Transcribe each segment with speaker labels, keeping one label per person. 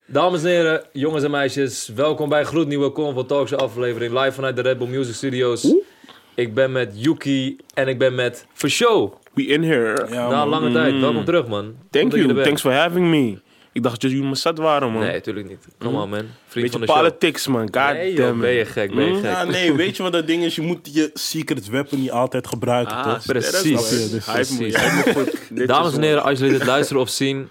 Speaker 1: Dames en heren, jongens en meisjes, welkom bij een gloednieuwe Convo Talkshow aflevering live vanuit de Red Bull Music Studios. Ik ben met Yuki en ik ben met For Show.
Speaker 2: We in here.
Speaker 1: Ja, na lange tijd, welkom terug man.
Speaker 2: Thank you, thanks for having me. Ik dacht dat jullie me zat waren, man.
Speaker 1: Nee, tuurlijk niet. Come on, man. Vriend
Speaker 2: Beetje
Speaker 1: van de
Speaker 2: politics, man. God
Speaker 1: nee,
Speaker 2: damn
Speaker 1: joh, ben je gek, ben je gek.
Speaker 3: Ja, nee, weet je wat dat ding is? Je moet je secret weapon niet altijd gebruiken, toch?
Speaker 1: Precies.
Speaker 3: Dus
Speaker 2: Hij goed.
Speaker 1: Dames en heren, als jullie dit luisteren of zien,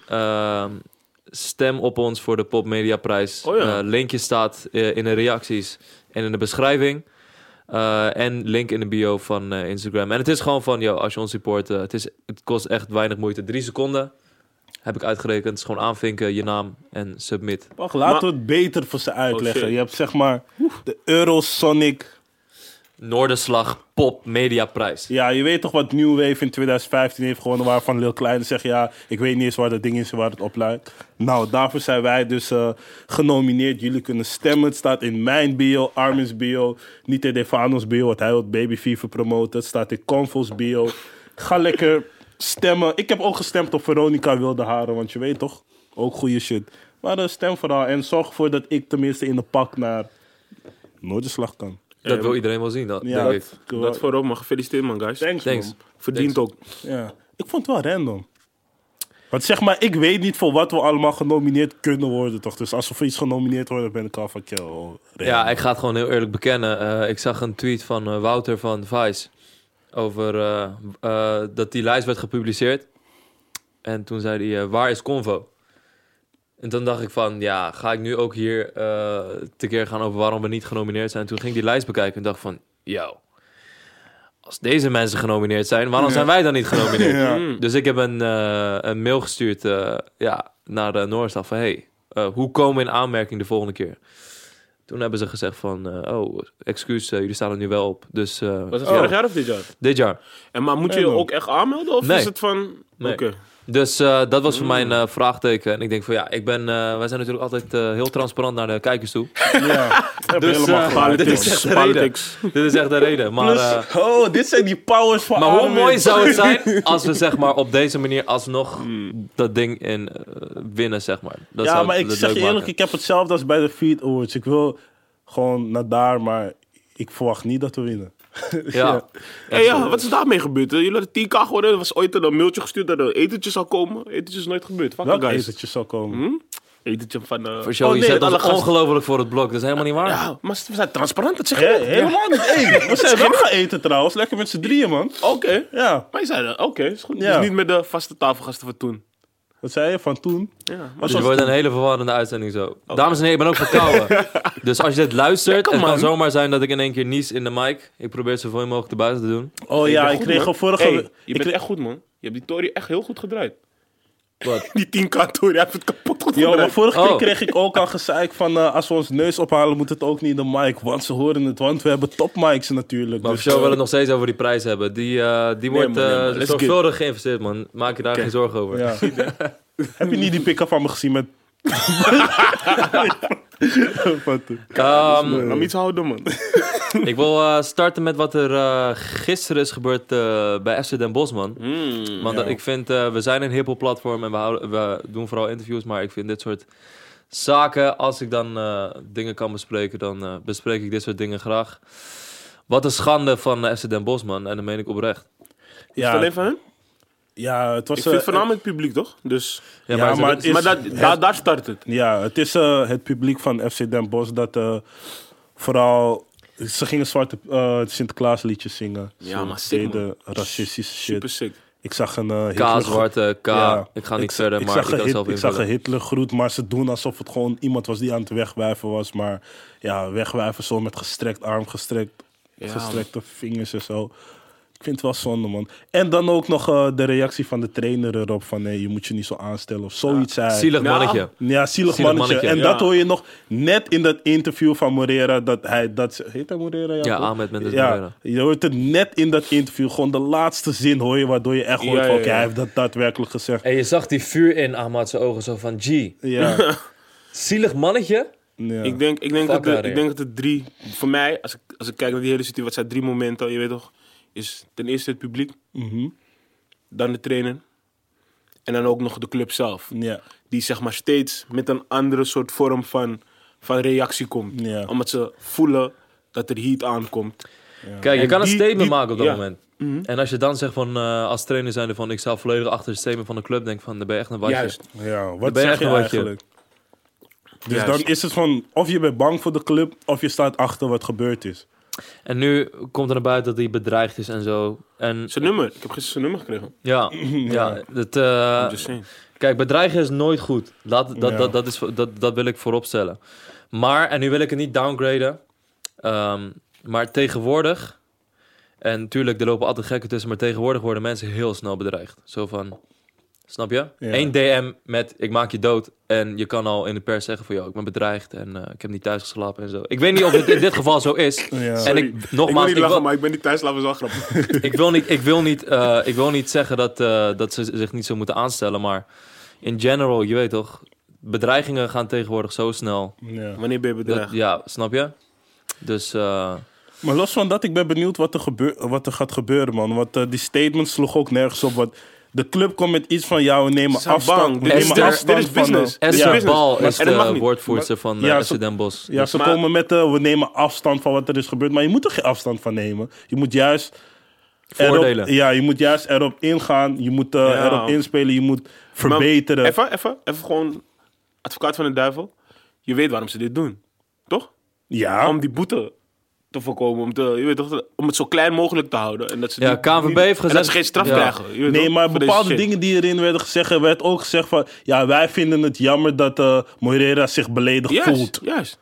Speaker 1: stem op ons voor de Pop Media Prijs.
Speaker 2: Oh ja.
Speaker 1: Linkje staat in de reacties en in de beschrijving. En link in de bio van Instagram. En het is gewoon van, als je ons support, het kost echt weinig moeite. 3 seconden heb ik uitgerekend. Het is gewoon aanvinken, je naam en submit.
Speaker 3: Wacht, laten we het beter voor ze uitleggen.
Speaker 2: shit.
Speaker 3: Je hebt zeg maar de Eurosonic.
Speaker 1: Noorderslag Pop Media Prijs.
Speaker 3: Ja, je weet toch wat New Wave in 2015 heeft gewonnen, waarvan Lil Kleine zegt, ja, ik weet niet eens waar dat ding is en waar het op luidt. Nou, daarvoor zijn wij dus genomineerd. Jullie kunnen stemmen. Het staat in mijn bio, Armin's bio, niet in Defano's bio, want hij wil Baby Fever promoten. Het staat in Convo's bio. Ga lekker stemmen. Ik heb ook gestemd op Veronica Wilde Haren, want je weet toch, ook goede shit. Maar stem vooral en zorg ervoor dat ik tenminste in de pak naar Noorderslag kan.
Speaker 1: Dat wil iedereen wel zien,
Speaker 3: Ja,
Speaker 1: denk ik.
Speaker 2: Dat voorop, man. Gefeliciteerd, man, guys.
Speaker 3: Thanks.
Speaker 1: Thanks.
Speaker 3: Man.
Speaker 2: Verdient ook.
Speaker 3: Ja, ik vond het wel random. Want zeg maar, ik weet niet voor wat we allemaal genomineerd kunnen worden, toch? Dus als we voor iets genomineerd worden, ben ik al van,
Speaker 1: Ja, ik ga het gewoon heel eerlijk bekennen. Ik zag een tweet van Wouter van Vice over dat die lijst werd gepubliceerd. En toen zei hij, waar is Convo? En toen dacht ik van, ja, ga ik nu ook hier tekeer gaan over waarom we niet genomineerd zijn. En toen ging ik die lijst bekijken en dacht van, als deze mensen genomineerd zijn, waarom zijn wij dan niet genomineerd?
Speaker 3: Ja.
Speaker 1: Dus ik heb een mail gestuurd naar de Noorderslag van, hoe komen we in aanmerking de volgende keer? Toen hebben ze gezegd van, excuus, jullie staan er nu wel op. Dus,
Speaker 2: Was het vorig jaar of dit jaar?
Speaker 1: Dit jaar.
Speaker 2: En maar moet je je ook echt aanmelden? Of
Speaker 1: Nee.
Speaker 2: is het van...
Speaker 1: Nee.
Speaker 2: Oké.
Speaker 1: Dus dat was voor mij een vraagteken. En ik denk van wij zijn natuurlijk altijd heel transparant naar de kijkers toe.
Speaker 3: Ja,
Speaker 1: Dus,
Speaker 3: helemaal
Speaker 1: dit is echt de reden. Dit is echt de reden. Maar,
Speaker 3: dit zijn die powers van
Speaker 1: maar hoe
Speaker 3: Armin.
Speaker 1: mooi zou het zijn als we zeg maar op deze manier alsnog dat ding in winnen, zeg maar. Dat
Speaker 3: Ja,
Speaker 1: zou
Speaker 3: maar ik
Speaker 1: het
Speaker 3: zeg
Speaker 1: leuk
Speaker 3: je eerlijk,
Speaker 1: maken.
Speaker 3: ik heb hetzelfde als bij de Feed Awards. Ik wil gewoon naar daar, maar ik verwacht niet dat we winnen.
Speaker 1: Ja.
Speaker 2: Hey, wat is daarmee gebeurd? Jullie hadden 10k geworden. Er was ooit een mailtje gestuurd dat er etentje zou komen. Etentje is nooit gebeurd. Fuck
Speaker 3: Welk
Speaker 2: you, guys.
Speaker 3: etentje zal komen?
Speaker 2: Etentje van...
Speaker 1: Voor show, je
Speaker 2: nee,
Speaker 1: zet
Speaker 2: alle
Speaker 1: ons
Speaker 2: gasten.
Speaker 1: ongelooflijk voor het blok. Dat is helemaal niet waar.
Speaker 2: Ja, maar we zijn transparant. Dat zeg je
Speaker 3: Ja,
Speaker 2: net.
Speaker 3: helemaal niet. Hey, we zijn wel gaan eten trouwens. Lekker met z'n drieën, man.
Speaker 2: Oké.
Speaker 3: Ja.
Speaker 2: Maar je zei dat. Oké, is goed.
Speaker 3: Ja.
Speaker 2: Dus niet met de vaste tafelgasten van toen.
Speaker 3: Wat zei je van toen?
Speaker 2: Ja, maar
Speaker 1: Dus het wordt een hele verwarrende uitzending zo. Dames en heren, ik ben ook verkouden. Dus als je dit luistert,
Speaker 2: Lekker,
Speaker 1: het kan
Speaker 2: man.
Speaker 1: zomaar zijn dat ik in één keer nies in de mic. Ik probeer het zoveel mogelijk te buiten te doen.
Speaker 3: Oh
Speaker 2: je
Speaker 3: ja,
Speaker 2: bent
Speaker 3: ik
Speaker 2: goed,
Speaker 3: kreeg
Speaker 2: man.
Speaker 3: al vorige...
Speaker 2: Hey, je
Speaker 3: ik
Speaker 2: bent echt goed, man. Je hebt die Tory echt heel goed gedraaid.
Speaker 1: Wat?
Speaker 2: Die 10k Tory, hij heeft het kapot goed
Speaker 3: Yo, maar
Speaker 2: gedraaid.
Speaker 3: vorige keer
Speaker 1: Oh.
Speaker 3: kreeg ik ook al gezeik van als we ons neus ophalen moet het ook niet in de mic. Want ze horen het, want we hebben top mics natuurlijk.
Speaker 1: Maar
Speaker 3: Dus,
Speaker 1: voor show wil het nog steeds over die prijs hebben. Die wordt
Speaker 2: man, nee, man. Let's
Speaker 1: zorgvuldig geïnvesteerd, man. Maak je daar geen zorgen over.
Speaker 3: ja. Heb je niet die pick-up van me gezien met... Wat?
Speaker 2: Laat me iets houden, man.
Speaker 1: Ik wil starten met wat er gisteren is gebeurd bij FC Den Bosch, man. Want ik vind, we zijn een hiphop platform en we doen vooral interviews. Maar ik vind dit soort zaken, als ik dan dingen kan bespreken, dan bespreek ik dit soort dingen graag. Wat een schande van FC Den Bosch, man. En dat meen ik oprecht.
Speaker 2: Is het alleen van hem?
Speaker 3: Ja, het was...
Speaker 2: Ik vind het voornamelijk het publiek, toch? Dus,
Speaker 1: Ja,
Speaker 3: Ja, maar het is-
Speaker 2: maar daar start het.
Speaker 3: Ja, het is het publiek van FC Den Bosch dat vooral... Ze gingen zwarte Sinterklaasliedjes zingen.
Speaker 2: Ja,
Speaker 3: Ze
Speaker 2: maar sick,
Speaker 3: deden racistische shit.
Speaker 2: Super sick.
Speaker 3: Ik zag een
Speaker 1: K, zwarte, K.
Speaker 3: Ja.
Speaker 1: Ik ga niet
Speaker 3: Ik
Speaker 1: verder, maar
Speaker 3: zag
Speaker 1: ik kan het zelf
Speaker 3: ik zag een
Speaker 1: invullen.
Speaker 3: Hitlergroet, maar ze doen alsof het gewoon iemand was die aan het wegwijven was. Maar ja, wegwijven zo met gestrekt arm, gestrekte vingers en zo. Ik vind het wel zonde, man. En dan ook nog de reactie van de trainer erop van... nee, je moet je niet zo aanstellen of zoiets. zei hij.
Speaker 1: Zielig mannetje.
Speaker 3: Ja, zielig mannetje. En dat hoor je nog net in dat interview van Moreira. Dat hij dat... Heet hij Moreira?
Speaker 1: Ja,
Speaker 3: toch?
Speaker 1: Ahmed Mendes
Speaker 3: Ja,
Speaker 1: Moreira.
Speaker 3: je hoort het net in dat interview. Gewoon de laatste zin hoor je, waardoor je echt hoort...
Speaker 2: Ja, ja,
Speaker 3: oké,
Speaker 2: ja.
Speaker 3: hij heeft dat daadwerkelijk gezegd.
Speaker 1: En je zag die vuur in Ahmad zijn ogen, zo van, G.
Speaker 3: Ja.
Speaker 1: Zielig mannetje.
Speaker 3: Ja.
Speaker 2: Ik denk dat het 3... Voor mij, als ik kijk naar die hele situatie, het zijn 3 momenten. Je weet toch, is ten eerste het publiek.
Speaker 3: Mhm.
Speaker 2: Dan de trainer. En dan ook nog de club zelf.
Speaker 3: Ja.
Speaker 2: Die zeg maar steeds met een andere soort vorm van reactie komt.
Speaker 3: Ja.
Speaker 2: Omdat ze voelen dat er heat aankomt.
Speaker 1: Kijk, je
Speaker 2: En
Speaker 1: kan een
Speaker 2: die-
Speaker 1: statement
Speaker 2: die-
Speaker 1: maken op dat
Speaker 2: ja.
Speaker 1: moment. En als je dan zegt van, als trainer zijnde van, ik sta volledig achter het statement van de club, denk van, dan ben je echt een watje.
Speaker 2: Juist.
Speaker 3: Ja, wat
Speaker 1: ben je
Speaker 3: zeg
Speaker 1: echt
Speaker 3: je
Speaker 1: een watje.
Speaker 3: eigenlijk? Dus
Speaker 2: Juist.
Speaker 3: dan is het van, of je bent bang voor de club, of je staat achter wat gebeurd is.
Speaker 1: En nu komt er naar buiten dat hij bedreigd is en zo. En
Speaker 2: Zijn nummer. Ik heb gisteren zijn nummer gekregen.
Speaker 1: ja, ja het,
Speaker 2: I'm just saying.
Speaker 1: kijk, bedreigen is nooit goed.
Speaker 3: Ja.
Speaker 1: Dat wil ik vooropstellen. Maar, en nu wil ik het niet downgraden. Maar tegenwoordig, en natuurlijk, er lopen altijd gekken tussen, maar tegenwoordig worden mensen heel snel bedreigd. Zo van, snap je?
Speaker 3: Ja.
Speaker 1: 1 DM met, ik maak je dood. En je kan al in de pers zeggen van, yo, ik ben bedreigd en ik heb niet thuis geslapen en zo. Ik weet niet of het in dit geval zo is.
Speaker 3: Ja.
Speaker 1: En
Speaker 2: Sorry.
Speaker 1: nogmaals,
Speaker 2: ik wil niet lachen, maar ik ben niet thuisslapen, is wel grappig.
Speaker 1: ik wil niet zeggen dat ze zich niet zo moeten aanstellen, maar in general, je weet toch, bedreigingen gaan tegenwoordig zo snel.
Speaker 3: Ja.
Speaker 2: Wanneer ben je bedreigd?
Speaker 1: Ja, snap je? Dus
Speaker 3: Maar los van dat, ik ben benieuwd wat er gaat gebeuren, man. Want die statement sloeg ook nergens op. Want de club komt met iets van, ja, we nemen
Speaker 2: Ze zijn
Speaker 3: afstand.
Speaker 2: bang.
Speaker 3: We
Speaker 2: Dit
Speaker 3: nemen
Speaker 2: is
Speaker 3: afstand
Speaker 2: dit is business.
Speaker 3: van...
Speaker 2: Dit is
Speaker 1: Esther
Speaker 2: business.
Speaker 1: Bal
Speaker 2: Maar-
Speaker 1: is
Speaker 2: en dat mag
Speaker 1: de
Speaker 2: niet.
Speaker 1: woordvoerster van
Speaker 3: Ja,
Speaker 1: FC Den Bosch.
Speaker 3: Ja, ze
Speaker 2: Maar-
Speaker 3: komen met we nemen afstand van wat er is gebeurd. Maar je moet er geen afstand van nemen. Je moet juist...
Speaker 1: Voordelen.
Speaker 3: Je moet juist erop ingaan. Je moet erop inspelen. Je moet verbeteren.
Speaker 2: Even gewoon advocaat van de duivel. Je weet waarom ze dit doen. Toch?
Speaker 3: Ja,
Speaker 2: Om die boete te voorkomen. Je weet toch, om het zo klein mogelijk te houden. En dat ze
Speaker 1: Ja,
Speaker 2: niet-
Speaker 1: KNVB
Speaker 2: niet-
Speaker 1: heeft
Speaker 2: en dat
Speaker 1: gezegd-
Speaker 2: ze geen straf
Speaker 1: Ja.
Speaker 2: krijgen. Je weet
Speaker 3: nee,
Speaker 2: toch,
Speaker 3: maar
Speaker 2: voor deze
Speaker 3: bepaalde
Speaker 2: shit.
Speaker 3: dingen die erin werden gezegd... werd ook gezegd van... Ja, wij vinden het jammer dat Moreira zich beledigd voelt.
Speaker 2: Juist.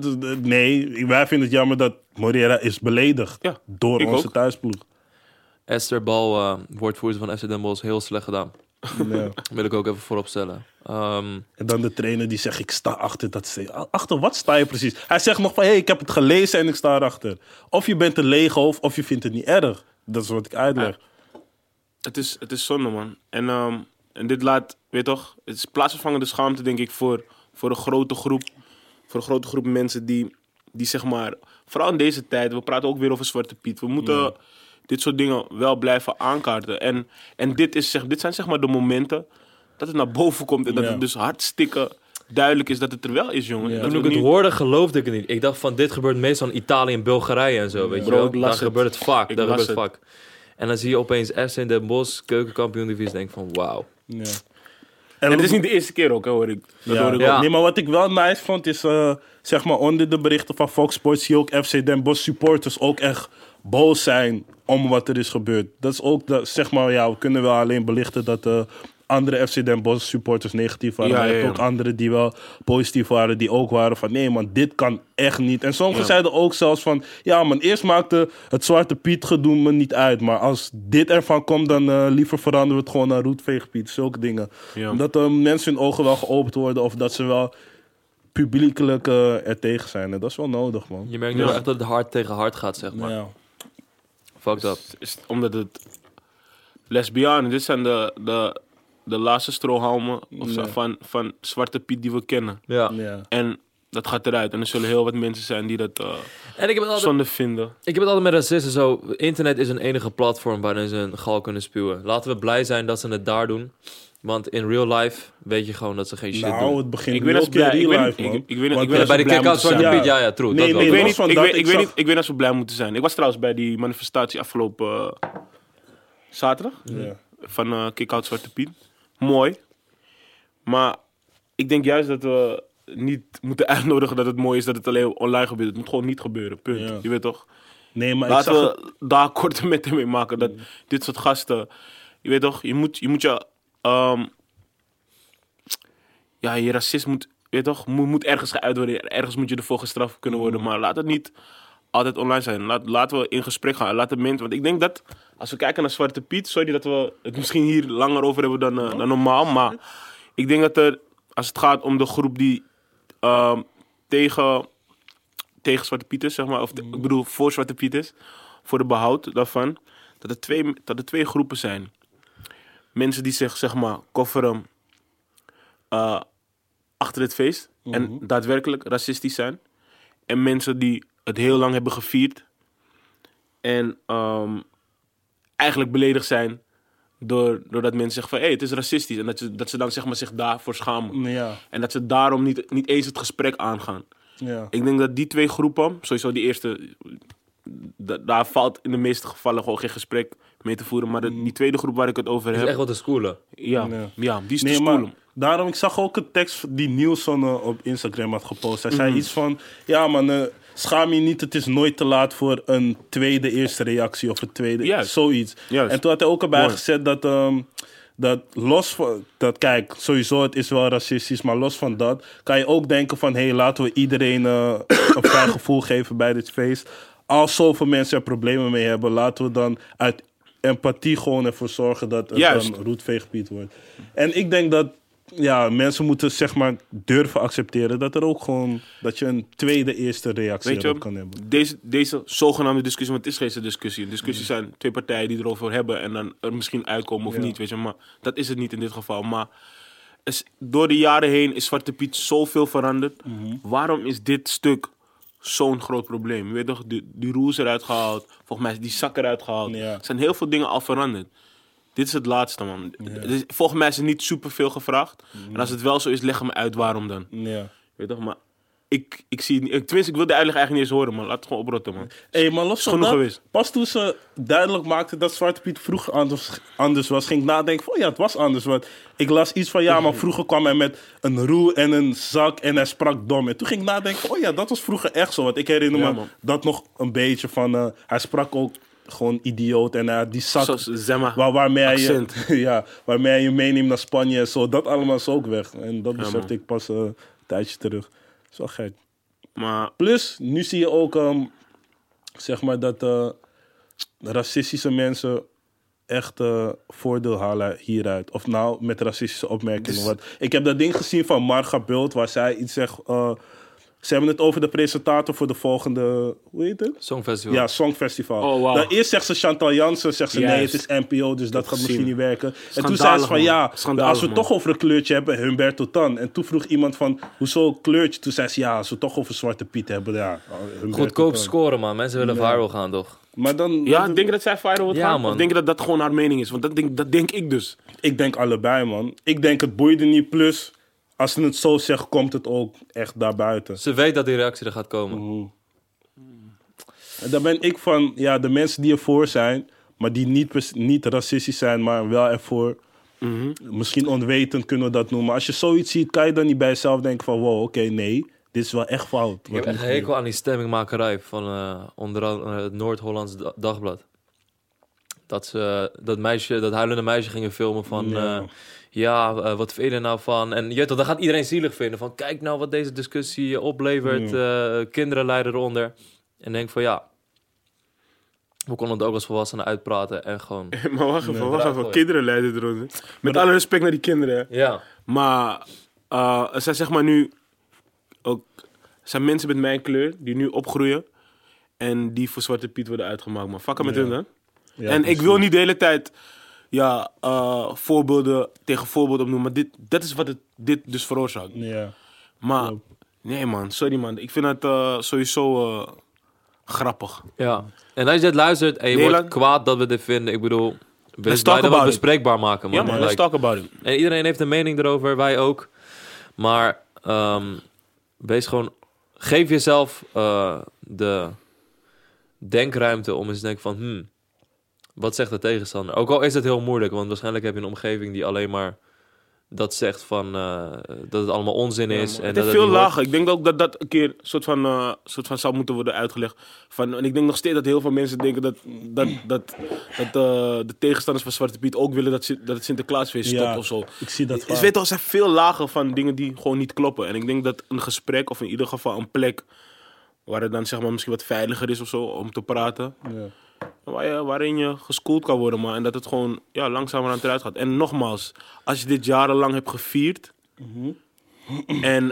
Speaker 3: Nee, wij vinden het jammer dat Moreira is beledigd.
Speaker 2: Ja,
Speaker 3: Door
Speaker 2: ik
Speaker 3: onze
Speaker 2: ook.
Speaker 3: thuisploeg.
Speaker 1: Esther Bal, woordvoerster van FC Den Bosch, heel slecht gedaan.
Speaker 3: Ja.
Speaker 1: Wil ik ook even vooropstellen.
Speaker 3: En dan de trainer die zegt, ik sta achter dat statement. Achter wat sta je precies? Hij zegt nog van, ik heb het gelezen en ik sta erachter. Of je bent een leeghoofd, of je vindt het niet erg. Dat is wat ik uitleg.
Speaker 2: Het is zonde, man. En dit laat, weet toch, het is plaatsvervangende schaamte, denk ik, voor een grote groep. Voor een grote groep mensen die zeg maar, vooral in deze tijd, we praten ook weer over Zwarte Piet. We moeten dit soort dingen wel blijven aankaarten. En dit zijn zeg maar de momenten dat het naar boven komt. En dat
Speaker 3: Ja.
Speaker 2: het dus hartstikke duidelijk is dat het er wel is, jongen.
Speaker 3: Ja.
Speaker 2: Dat
Speaker 1: Toen
Speaker 2: we
Speaker 1: ik het
Speaker 2: niet-
Speaker 1: hoorde, geloofde ik het niet. Ik dacht van, dit gebeurt meestal in Italië en Bulgarije en zo, weet je
Speaker 2: Bro,
Speaker 1: wel.
Speaker 2: ik las
Speaker 1: Daar
Speaker 2: het.
Speaker 1: gebeurt het vaak.
Speaker 2: Ik
Speaker 1: Daar
Speaker 2: las
Speaker 1: gebeurt het vaak. En dan zie je opeens FC Den Bosch, keukenkampioen-divisie, denk van, wauw.
Speaker 3: Ja.
Speaker 2: En het is niet de eerste keer ook, hè, hoor ik. Dat hoor ik
Speaker 1: Ja.
Speaker 2: ook.
Speaker 3: Nee, maar wat ik wel nice vond is, zeg maar onder de berichten van Fox Sports zie je ook FC Den Bosch supporters ook echt boos zijn om wat er is gebeurd. Dat is ook, zeg maar, ja, we kunnen wel alleen belichten dat andere FC Den Bosch supporters negatief waren.
Speaker 2: Ja,
Speaker 3: maar je
Speaker 2: ja,
Speaker 3: hebt
Speaker 2: ja.
Speaker 3: ook anderen die wel positief waren, die ook waren van nee man, dit kan echt niet. En sommigen
Speaker 2: Ja.
Speaker 3: zeiden ook zelfs van, ja man, eerst maakte het Zwarte Piet gedoe me niet uit. Maar als dit ervan komt, dan liever veranderen we het gewoon naar Roetveegpiet. Zulke dingen.
Speaker 2: Ja.
Speaker 3: Omdat mensen hun ogen wel geopend worden of dat ze wel publiekelijk er tegen zijn. En dat is wel nodig, man.
Speaker 1: Je merkt nu
Speaker 2: Ja.
Speaker 1: wel echt dat het hard tegen hard gaat, zeg maar.
Speaker 3: Ja.
Speaker 1: Fuck dat.
Speaker 2: Is omdat het lesbianen, dit zijn de laatste strohalmen of zo,
Speaker 3: Ja.
Speaker 2: van Zwarte Piet die we kennen.
Speaker 1: Ja.
Speaker 3: Ja.
Speaker 2: En dat gaat eruit. En er zullen heel wat mensen zijn die dat
Speaker 1: En ik heb het altijd...
Speaker 2: zonde vinden.
Speaker 1: Ik heb het altijd met racisten zo. Internet is een enige platform waarin ze een gal kunnen spuwen. Laten we blij zijn dat ze het daar doen. Want in real life weet je gewoon dat ze geen shit
Speaker 3: Nou,
Speaker 1: doen.
Speaker 3: het begint
Speaker 2: Ik
Speaker 3: nu
Speaker 2: ben als
Speaker 3: ook in
Speaker 2: blij- ik
Speaker 3: real
Speaker 2: ben-
Speaker 3: life, man.
Speaker 2: ik- ik ben-
Speaker 3: Want
Speaker 2: ik ben
Speaker 3: dat
Speaker 1: Bij
Speaker 3: ze
Speaker 1: de
Speaker 3: blij
Speaker 1: kick-out
Speaker 3: moeten
Speaker 1: Zwarte
Speaker 3: zijn.
Speaker 1: Piet, ja, true.
Speaker 3: Nee,
Speaker 1: dat
Speaker 3: nee,
Speaker 1: wel.
Speaker 2: Ik weet,
Speaker 3: los
Speaker 2: niet,
Speaker 3: van
Speaker 2: ik,
Speaker 3: dat,
Speaker 2: weet,
Speaker 3: ik
Speaker 2: ik, weet
Speaker 3: zag-
Speaker 2: niet, ik weet niet of we blij moeten zijn. Ik was trouwens bij die manifestatie afgelopen zaterdag.
Speaker 3: Ja.
Speaker 2: Van Kick-Out Zwarte Piet. Mooi. Maar ik denk juist dat we niet moeten uitnodigen dat het mooi is dat het alleen online gebeurt. Het moet gewoon niet gebeuren, punt.
Speaker 3: Ja.
Speaker 2: Je weet toch?
Speaker 3: Nee, maar ik
Speaker 2: Laten
Speaker 3: zag
Speaker 2: we daar korte metten mee maken. Dat dit soort gasten... Je weet toch, je moet je... ja, je racist moet... Je weet toch, moet ergens geuit worden. Ergens moet je ervoor gestraft kunnen worden. Maar laat het niet altijd online zijn. Laten we in gesprek gaan. Laat de mensen... Want ik denk dat... Als we kijken naar Zwarte Piet... Sorry dat we het misschien hier langer over hebben dan normaal. Maar ik denk dat er... Als het gaat om de groep die tegen Zwarte Piet is, zeg maar. Ik bedoel, voor Zwarte Piet is. Voor de behoud daarvan. Dat er twee groepen zijn. Mensen die zich, zeg maar, kofferen achter het feest. En daadwerkelijk racistisch zijn. En mensen die het heel lang hebben gevierd. En eigenlijk beledigd zijn Doordat mensen zeggen van, het is racistisch. En dat ze dan zeg maar zich daarvoor schamen.
Speaker 3: Ja.
Speaker 2: En dat ze daarom niet eens het gesprek aangaan.
Speaker 3: Ja.
Speaker 2: Ik denk dat die 2 groepen, sowieso die eerste, daar valt in de meeste gevallen gewoon geen gesprek mee te voeren. Maar die tweede groep waar ik het over
Speaker 1: Het is
Speaker 2: heb,
Speaker 1: echt wat te schoolen.
Speaker 2: ja, die is te
Speaker 3: Nee,
Speaker 2: schoolen.
Speaker 3: maar daarom, ik zag ook een tekst die Nielsen op Instagram had gepost. Hij zei iets van, ja man, schaam je niet, het is nooit te laat voor een eerste reactie of een tweede,
Speaker 2: Juist.
Speaker 3: zoiets.
Speaker 2: Juist.
Speaker 3: En toen had hij ook erbij
Speaker 2: Mooi.
Speaker 3: gezet dat los van, kijk, sowieso het is wel racistisch, maar los van dat, kan je ook denken van, hé, laten we iedereen een fijn gevoel geven bij dit feest. Als zoveel mensen er problemen mee hebben, laten we dan uit empathie gewoon ervoor zorgen dat het
Speaker 2: Juist.
Speaker 3: een roetveeggebied wordt. En ik denk dat mensen moeten zeg maar durven accepteren dat er ook gewoon dat je een eerste reactie
Speaker 2: Weet je,
Speaker 3: erop kan hebben.
Speaker 2: deze zogenaamde discussie, want het is geen discussie. Een discussie zijn 2 partijen die erover hebben en dan er misschien uitkomen of niet, weet je. Maar dat is het niet in dit geval. Maar door de jaren heen is Zwarte Piet zoveel veranderd. Waarom is dit stuk zo'n groot probleem? Je weet toch, die rules eruit gehaald, volgens mij is die zak eruit gehaald.
Speaker 3: Ja.
Speaker 2: Er zijn heel veel dingen al veranderd. Dit is het laatste, man. Dus volgens mij is er niet superveel gevraagd. En als het wel zo is, leg me uit waarom dan.
Speaker 3: Ja.
Speaker 2: Weet toch, maar ik zie het niet. Tenminste, ik wil de uitleg eigenlijk niet eens horen, man. Laat het gewoon oprotten, man.
Speaker 3: Hey, maar los van
Speaker 2: genoeg
Speaker 3: dat,
Speaker 2: geweest.
Speaker 3: pas toen ze duidelijk maakte dat Zwarte Piet vroeger anders was, ging ik nadenken van, het was anders. Want ik las iets van, maar vroeger kwam hij met een roe en een zak en hij sprak dom. En toen ging ik nadenken van, dat was vroeger echt zo. Want ik herinner me
Speaker 2: man.
Speaker 3: dat nog een beetje van, hij sprak ook gewoon idioot en die zak
Speaker 2: Zoals Zemma.
Speaker 3: waarmee hij
Speaker 2: accent.
Speaker 3: waarmee hij je meeneemt naar Spanje en zo. Dat allemaal is ook weg. En dat besefte
Speaker 2: man.
Speaker 3: ik pas een tijdje terug. Dat is wel gek.
Speaker 2: Maar
Speaker 3: Plus, nu zie je ook, zeg maar, dat racistische mensen echt voordeel halen hieruit. Of nou, met racistische opmerkingen.
Speaker 2: Dus-
Speaker 3: Want ik heb dat ding gezien van Marga Bult, waar zij iets zegt. Ze hebben het over de presentator voor de volgende, hoe heet het?
Speaker 1: Songfestival.
Speaker 3: Ja, Songfestival.
Speaker 2: Oh, wow.
Speaker 3: Dan eerst zegt ze Chantal Jansen, zegt ze
Speaker 2: Juist.
Speaker 3: nee, het is NPO, dus dat gaat
Speaker 2: gezien.
Speaker 3: misschien niet werken. En toen
Speaker 2: Schandalig,
Speaker 3: zei ze van
Speaker 2: man. Schandalig,
Speaker 3: als we het
Speaker 2: man.
Speaker 3: toch over een kleurtje hebben, Humberto Tan. En toen vroeg iemand van, hoezo kleurtje? Toen zei ze als we het toch over Zwarte Piet hebben, Humberto
Speaker 1: Goedkoop
Speaker 3: Tan.
Speaker 1: scoren, man. Mensen willen viral gaan, toch?
Speaker 3: Maar dan,
Speaker 2: ja, denk je dat zij viral wordt
Speaker 1: Ja,
Speaker 2: gaan?
Speaker 1: man.
Speaker 2: Of denk je dat dat gewoon haar mening is? Want dat denk ik dus.
Speaker 3: ik denk allebei, man. Ik denk het boeide niet, plus als ze het zo zegt, komt het ook echt daarbuiten.
Speaker 1: Ze weet dat die reactie er gaat komen.
Speaker 3: En daar ben ik van, de mensen die ervoor zijn, maar die niet racistisch zijn, maar wel ervoor. Misschien onwetend kunnen we dat noemen. Maar als je zoiets ziet, kan je dan niet bij jezelf denken van, wow, oké, nee, dit is wel echt fout.
Speaker 1: Ik heb echt een hekel aan die stemmingmakerij van onder andere het Noord-Hollands Dagblad. Dat huilende meisje gingen filmen van... wat vind je er nou van? En je weet toch, dan gaat iedereen zielig vinden. Van kijk nou wat deze discussie oplevert. Kinderen lijden eronder. En denk van we konden het ook als volwassenen uitpraten. En gewoon...
Speaker 2: Maar wacht even.
Speaker 1: gooien.
Speaker 2: Kinderen lijden eronder. Met alle respect naar die kinderen. Hè.
Speaker 1: Ja.
Speaker 2: Maar er zijn zeg maar nu ook... Er zijn mensen met mijn kleur die nu opgroeien. En die voor Zwarte Piet worden uitgemaakt. Maar fucken met hun dan.
Speaker 3: Ja,
Speaker 2: En ik
Speaker 3: precies.
Speaker 2: wil niet de hele tijd voorbeelden tegen voorbeelden opnoemen. Maar dat is wat dit dus veroorzaakt.
Speaker 3: Ja.
Speaker 2: Maar nee man, sorry man. Ik vind het sowieso grappig.
Speaker 1: Ja. En als je dit luistert en je
Speaker 2: Nederland-
Speaker 1: wordt kwaad dat we dit vinden. Ik bedoel, wees
Speaker 2: talk
Speaker 1: blij dat we
Speaker 2: about
Speaker 1: het
Speaker 2: it.
Speaker 1: bespreekbaar maken, man.
Speaker 2: Ja man, let's
Speaker 1: Like,
Speaker 2: talk about it.
Speaker 1: en iedereen heeft een mening erover, wij ook. Maar wees gewoon... Geef jezelf de denkruimte om eens te denken van... wat zegt de tegenstander? Ook al is het heel moeilijk, want waarschijnlijk heb je een omgeving die alleen maar dat zegt van dat het allemaal onzin is. En
Speaker 2: Het
Speaker 1: dat
Speaker 2: is
Speaker 1: het
Speaker 2: veel
Speaker 1: niet hoort.
Speaker 2: lager. Ik denk ook dat dat een keer soort van zou moeten worden uitgelegd. En ik denk nog steeds dat heel veel mensen denken dat de tegenstanders van Zwarte Piet ook willen dat het Sinterklaasfeest stopt
Speaker 3: Ja,
Speaker 2: of zo.
Speaker 3: ik zie dat
Speaker 2: Je
Speaker 3: vaak.
Speaker 2: weet toch, er zijn veel lager van dingen die gewoon niet kloppen. En ik denk dat een gesprek, of in ieder geval een plek waar het dan zeg maar misschien wat veiliger is of zo om te praten.
Speaker 3: Ja.
Speaker 2: Waarin je geschoold kan worden, maar en dat het gewoon langzamer aan het eruit gaat. En nogmaals, als je dit jarenlang hebt gevierd en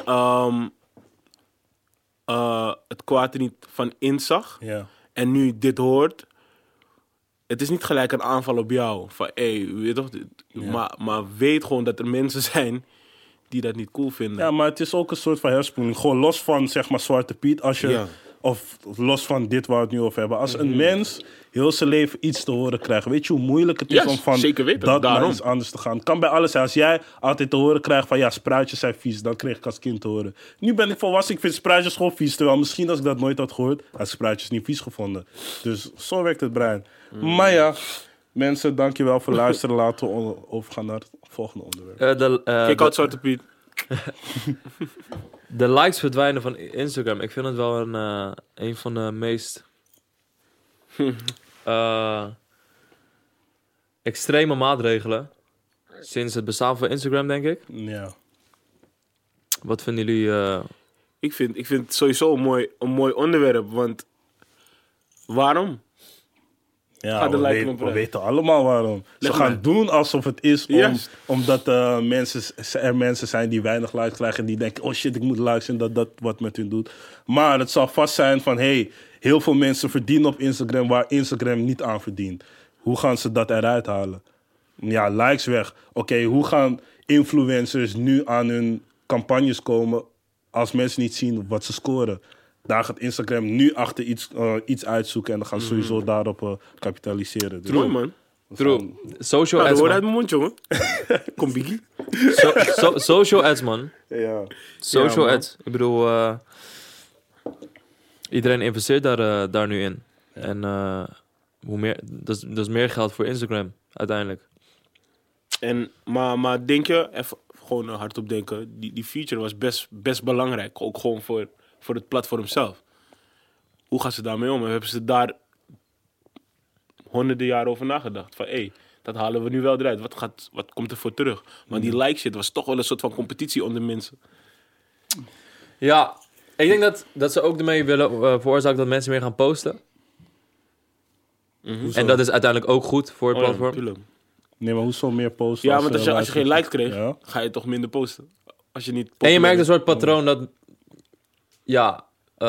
Speaker 2: het kwaad er niet van inzag
Speaker 3: Ja.
Speaker 2: en nu dit hoort, het is niet gelijk een aanval op jou. Van weet je toch, maar weet gewoon dat er mensen zijn die dat niet cool vinden.
Speaker 3: Ja, maar het is ook een soort van hersenspoeling. Gewoon los van, zeg maar, Zwarte Piet. Als je
Speaker 2: Ja.
Speaker 3: of los van dit waar we het nu over hebben. Als een mens heel zijn leven iets te horen krijgt, weet je hoe moeilijk het is
Speaker 2: Yes,
Speaker 3: om van
Speaker 2: zeker weten,
Speaker 3: dat naar
Speaker 2: daarom.
Speaker 3: iets anders te gaan. Het kan bij alles zijn. Als jij altijd te horen krijgt van ja, spruitjes zijn vies, dan kreeg ik als kind te horen. Nu ben ik volwassen, ik vind spruitjes gewoon vies. Terwijl misschien als ik dat nooit had gehoord, had ik spruitjes niet vies gevonden. Dus zo werkt het brein. Maar ja, mensen, dankjewel voor het luisteren. Laten we overgaan naar het volgende onderwerp.
Speaker 2: Kijk uit, Zwarte Piet.
Speaker 1: De likes verdwijnen van Instagram. Ik vind het wel een van de meest extreme maatregelen sinds het bestaan van Instagram, denk ik.
Speaker 3: Ja.
Speaker 1: Wat vinden jullie?
Speaker 2: Ik vind het sowieso een mooi onderwerp, want waarom?
Speaker 3: Ja,
Speaker 2: Ga de
Speaker 3: we,
Speaker 2: like
Speaker 3: weten,
Speaker 2: knop
Speaker 3: we
Speaker 2: eruit.
Speaker 3: weten allemaal waarom.
Speaker 2: Leg
Speaker 3: Ze gaan
Speaker 2: maar.
Speaker 3: doen alsof het is
Speaker 2: Juist.
Speaker 3: omdat er mensen zijn die weinig likes krijgen en die denken, oh shit, ik moet likes en dat wat met hun doet. Maar het zal vast zijn van, hey, heel veel mensen verdienen op Instagram waar Instagram niet aan verdient. Hoe gaan ze dat eruit halen? Ja, likes weg. Oké, hoe gaan influencers nu aan hun campagnes komen als mensen niet zien wat ze scoren? Daar gaat Instagram nu achter iets uitzoeken en dan gaan ze sowieso daarop kapitaliseren. Dus
Speaker 2: Mooi, man.
Speaker 1: True. Social
Speaker 2: Nou, dat
Speaker 1: ads,
Speaker 2: hoort uit
Speaker 1: man.
Speaker 2: mijn mond, jongen. Kom, Biggie.
Speaker 1: Social ads, man.
Speaker 3: Ja.
Speaker 1: Social
Speaker 2: man.
Speaker 1: ads. Ik bedoel, iedereen investeert daar nu in. En hoe meer, dat is meer geld voor Instagram, uiteindelijk.
Speaker 2: Maar denk je, even gewoon hardop denken, die feature was best belangrijk. Ook gewoon voor het platform zelf. Hoe gaan ze daarmee om? En hebben ze daar honderden jaren over nagedacht? Van, hé, dat halen we nu wel eruit. Wat komt er voor terug? Maar die like shit was toch wel een soort van competitie onder mensen.
Speaker 1: Ja, ik denk dat ze ook ermee willen veroorzaken dat mensen meer gaan posten. En dat is uiteindelijk ook goed voor het
Speaker 2: Oh ja,
Speaker 1: platform.
Speaker 2: natuurlijk.
Speaker 3: Nee, maar hoezo meer posten?
Speaker 2: Ja, want als je geen likes kreeg,
Speaker 3: Ja.
Speaker 2: ga je toch minder posten. Als je niet
Speaker 1: En je merkt een
Speaker 2: populair
Speaker 1: soort patroon dat... Ja,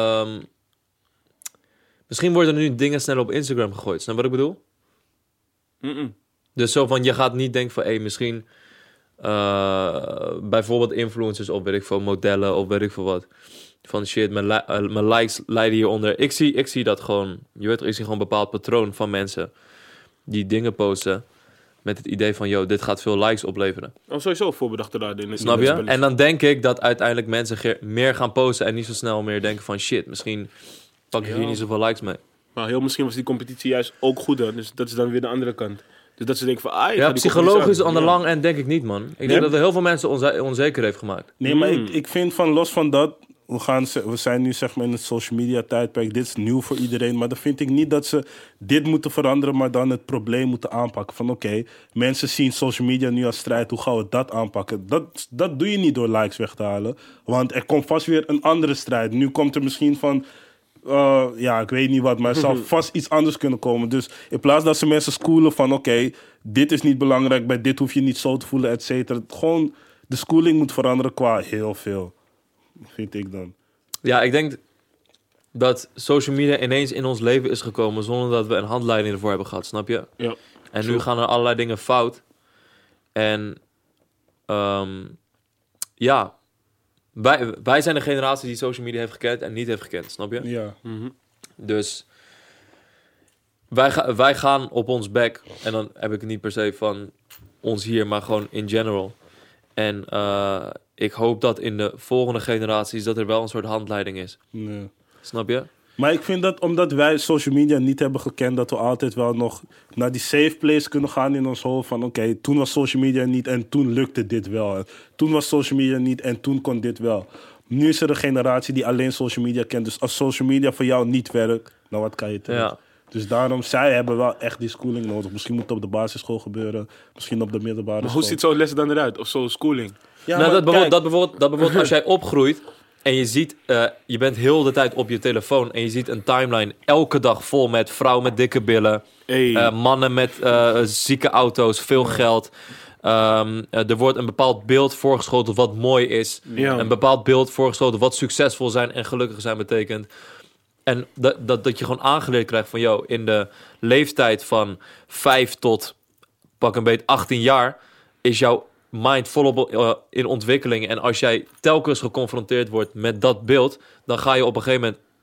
Speaker 1: misschien worden er nu dingen sneller op Instagram gegooid. Snap je wat ik bedoel?
Speaker 2: bent. Mm-mm.
Speaker 1: Dus zo van, je gaat niet denken van... misschien bijvoorbeeld influencers of weet ik veel, modellen of weet ik veel wat. Van shit, mijn likes leiden hieronder. Ik zie dat gewoon... Je weet toch, ik zie gewoon een bepaald patroon van mensen... die dingen posten... met het idee van, yo, dit gaat veel likes opleveren.
Speaker 2: Oh, sowieso voorbedachte raden. In
Speaker 1: Snap
Speaker 2: in
Speaker 1: je?
Speaker 2: het spelletje.
Speaker 1: En dan denk ik dat uiteindelijk mensen meer gaan posten... en niet zo snel meer denken van, shit, misschien pak ik hier niet zoveel likes mee.
Speaker 2: Maar heel misschien was die competitie juist ook goed. Hè? Dus dat is dan weer de andere kant. Dus dat ze denken van... ik
Speaker 1: Ja,
Speaker 2: ga die
Speaker 1: psychologisch
Speaker 2: competitie
Speaker 1: aan de
Speaker 2: aan.
Speaker 1: lang end denk ik niet, man. Ik denk dat het heel veel mensen onzeker heeft gemaakt.
Speaker 3: Nee, maar ik vind van los van dat... We zijn nu zeg maar in het social media tijdperk. Dit is nieuw voor iedereen. Maar dan vind ik niet dat ze dit moeten veranderen... maar dan het probleem moeten aanpakken. Van oké, mensen zien social media nu als strijd. Hoe gaan we dat aanpakken? Dat doe je niet door likes weg te halen. Want er komt vast weer een andere strijd. Nu komt er misschien van... ik weet niet wat, maar er zal vast iets anders kunnen komen. Dus in plaats dat ze mensen schoolen van... oké, dit is niet belangrijk, bij dit hoef je niet zo te voelen, et cetera. Gewoon, de schooling moet veranderen qua heel veel. Vind ik dan.
Speaker 1: Ja, ik denk dat social media ineens in ons leven is gekomen... zonder dat we een handleiding ervoor hebben gehad, snap je?
Speaker 2: Ja.
Speaker 1: En nu gaan er allerlei dingen fout. En wij zijn de generatie die social media heeft gekend en niet heeft gekend, snap je?
Speaker 3: Ja.
Speaker 1: Dus wij gaan op ons bek. En dan heb ik het niet per se van ons hier, maar gewoon in general. En ik hoop dat in de volgende generaties dat er wel een soort handleiding is.
Speaker 3: Nee.
Speaker 1: Snap je?
Speaker 3: Maar ik vind dat omdat wij social media niet hebben gekend... dat we altijd wel nog naar die safe place kunnen gaan in ons hoofd. Van oké, toen was social media niet en toen lukte dit wel. En toen was social media niet en toen kon dit wel. Nu is er een generatie die alleen social media kent. Dus als social media voor jou niet werkt, nou wat kan je terug?
Speaker 1: Ja.
Speaker 3: Dus daarom, zij hebben wel echt die schooling nodig. Misschien moet het op de basisschool gebeuren. Misschien op de middelbare
Speaker 2: Maar
Speaker 3: school.
Speaker 2: hoe ziet zo'n les dan eruit? Of zo'n schooling?
Speaker 3: Ja,
Speaker 1: Nou,
Speaker 3: maar
Speaker 1: dat
Speaker 3: kijk,
Speaker 1: bijvoorbeeld als jij opgroeit en je ziet, je bent heel de tijd op je telefoon en je ziet een timeline elke dag vol met vrouwen met dikke billen,
Speaker 2: Hey.
Speaker 1: mannen met zieke auto's, veel geld. Er wordt een bepaald beeld voorgeschoten wat mooi is.
Speaker 2: Ja.
Speaker 1: Een bepaald beeld voorgeschoten wat succesvol zijn en gelukkig zijn betekent. En dat je gewoon aangeleerd krijgt van, yo, in de leeftijd van 5 tot pak een beet 18 jaar is jouw mind volop in ontwikkeling. En als jij telkens geconfronteerd wordt met dat beeld, dan ga je op een gegeven moment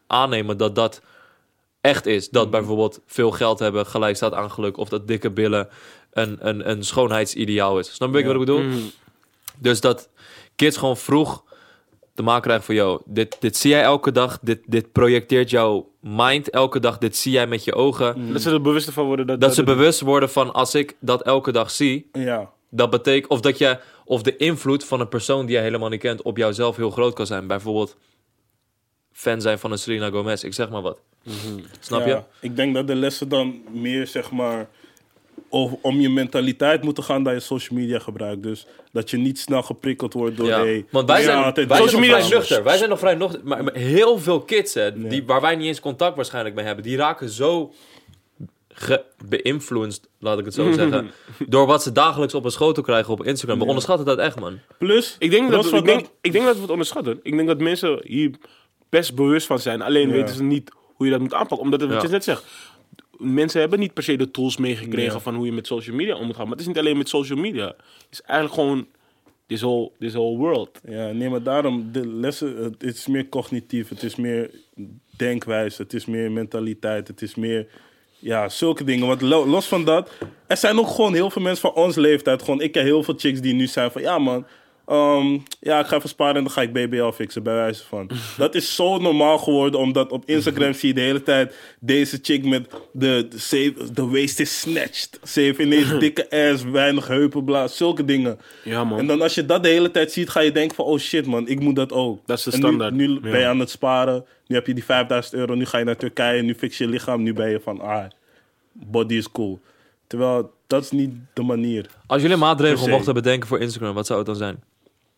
Speaker 1: aannemen dat dat echt is. Dat bijvoorbeeld veel geld hebben gelijk staat aan geluk. Of dat dikke billen een schoonheidsideaal is. Snap je wat ik bedoel? Dus dat kids gewoon vroeg te maken krijgen van... Yo, dit zie jij elke dag. Dit projecteert jouw mind elke dag. Dit zie jij met je ogen.
Speaker 2: Dat ze er bewust van worden.
Speaker 1: Dat ze bewust worden van... Als ik dat elke dag zie...
Speaker 3: Ja.
Speaker 1: Dat betekent... Of de invloed van een persoon die je helemaal niet kent... op jouzelf heel groot kan zijn. Bijvoorbeeld... fan zijn van een Selena Gomez. Ik zeg maar wat. Snap je?
Speaker 3: Ik denk dat de lessen dan meer, zeg maar... om je mentaliteit moeten gaan dat je social media gebruikt. Dus dat je niet snel geprikkeld wordt door...
Speaker 1: Want wij zijn
Speaker 2: social media
Speaker 1: nog vrij nuchter. Wij zijn nog vrij nuchter. Maar heel veel kids, hè, waar wij niet eens contact waarschijnlijk mee hebben... die raken zo beïnvloedsd, laat ik het zo zeggen... door wat ze dagelijks op een schotel krijgen op Instagram. We onderschatten dat echt, man.
Speaker 3: Plus,
Speaker 2: ik denk dat we het onderschatten. Ik denk dat mensen hier best bewust van zijn. Alleen weten ze niet hoe je dat moet aanpakken. Omdat het, wat je net zegt... Mensen hebben niet per se de tools meegekregen van hoe je met social media om moet gaan. Maar het is niet alleen met social media. Het is eigenlijk gewoon this whole world.
Speaker 3: Ja, nee, maar daarom, de lessen, het is meer cognitief. Het is meer denkwijze. Het is meer mentaliteit. Het is meer, zulke dingen. Want los van dat, er zijn ook gewoon heel veel mensen van ons leeftijd. Gewoon, ik ken heel veel chicks die nu zijn van, ja man... ik ga even sparen en dan ga ik BBL fixen, bij wijze van. Dat is zo normaal geworden, omdat op Instagram zie je de hele tijd deze chick met de waist is snatched. Ze heeft ineens dikke ass, weinig heupen, bla, zulke dingen.
Speaker 2: Ja, man.
Speaker 3: En dan als je dat de hele tijd ziet, ga je denken van, oh shit man, ik moet dat ook.
Speaker 2: Dat is de
Speaker 3: en
Speaker 2: standaard.
Speaker 3: Nu ben je aan het sparen, nu heb je die €5.000, nu ga je naar Turkije, nu fix je lichaam, nu ben je van, body is cool. Terwijl, dat is niet de manier.
Speaker 1: Als jullie maatregelen mochten bedenken voor Instagram, wat zou het dan zijn?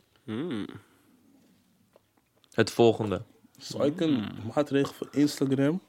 Speaker 1: Het volgende.
Speaker 3: Zou ik een maatregel voor Instagram?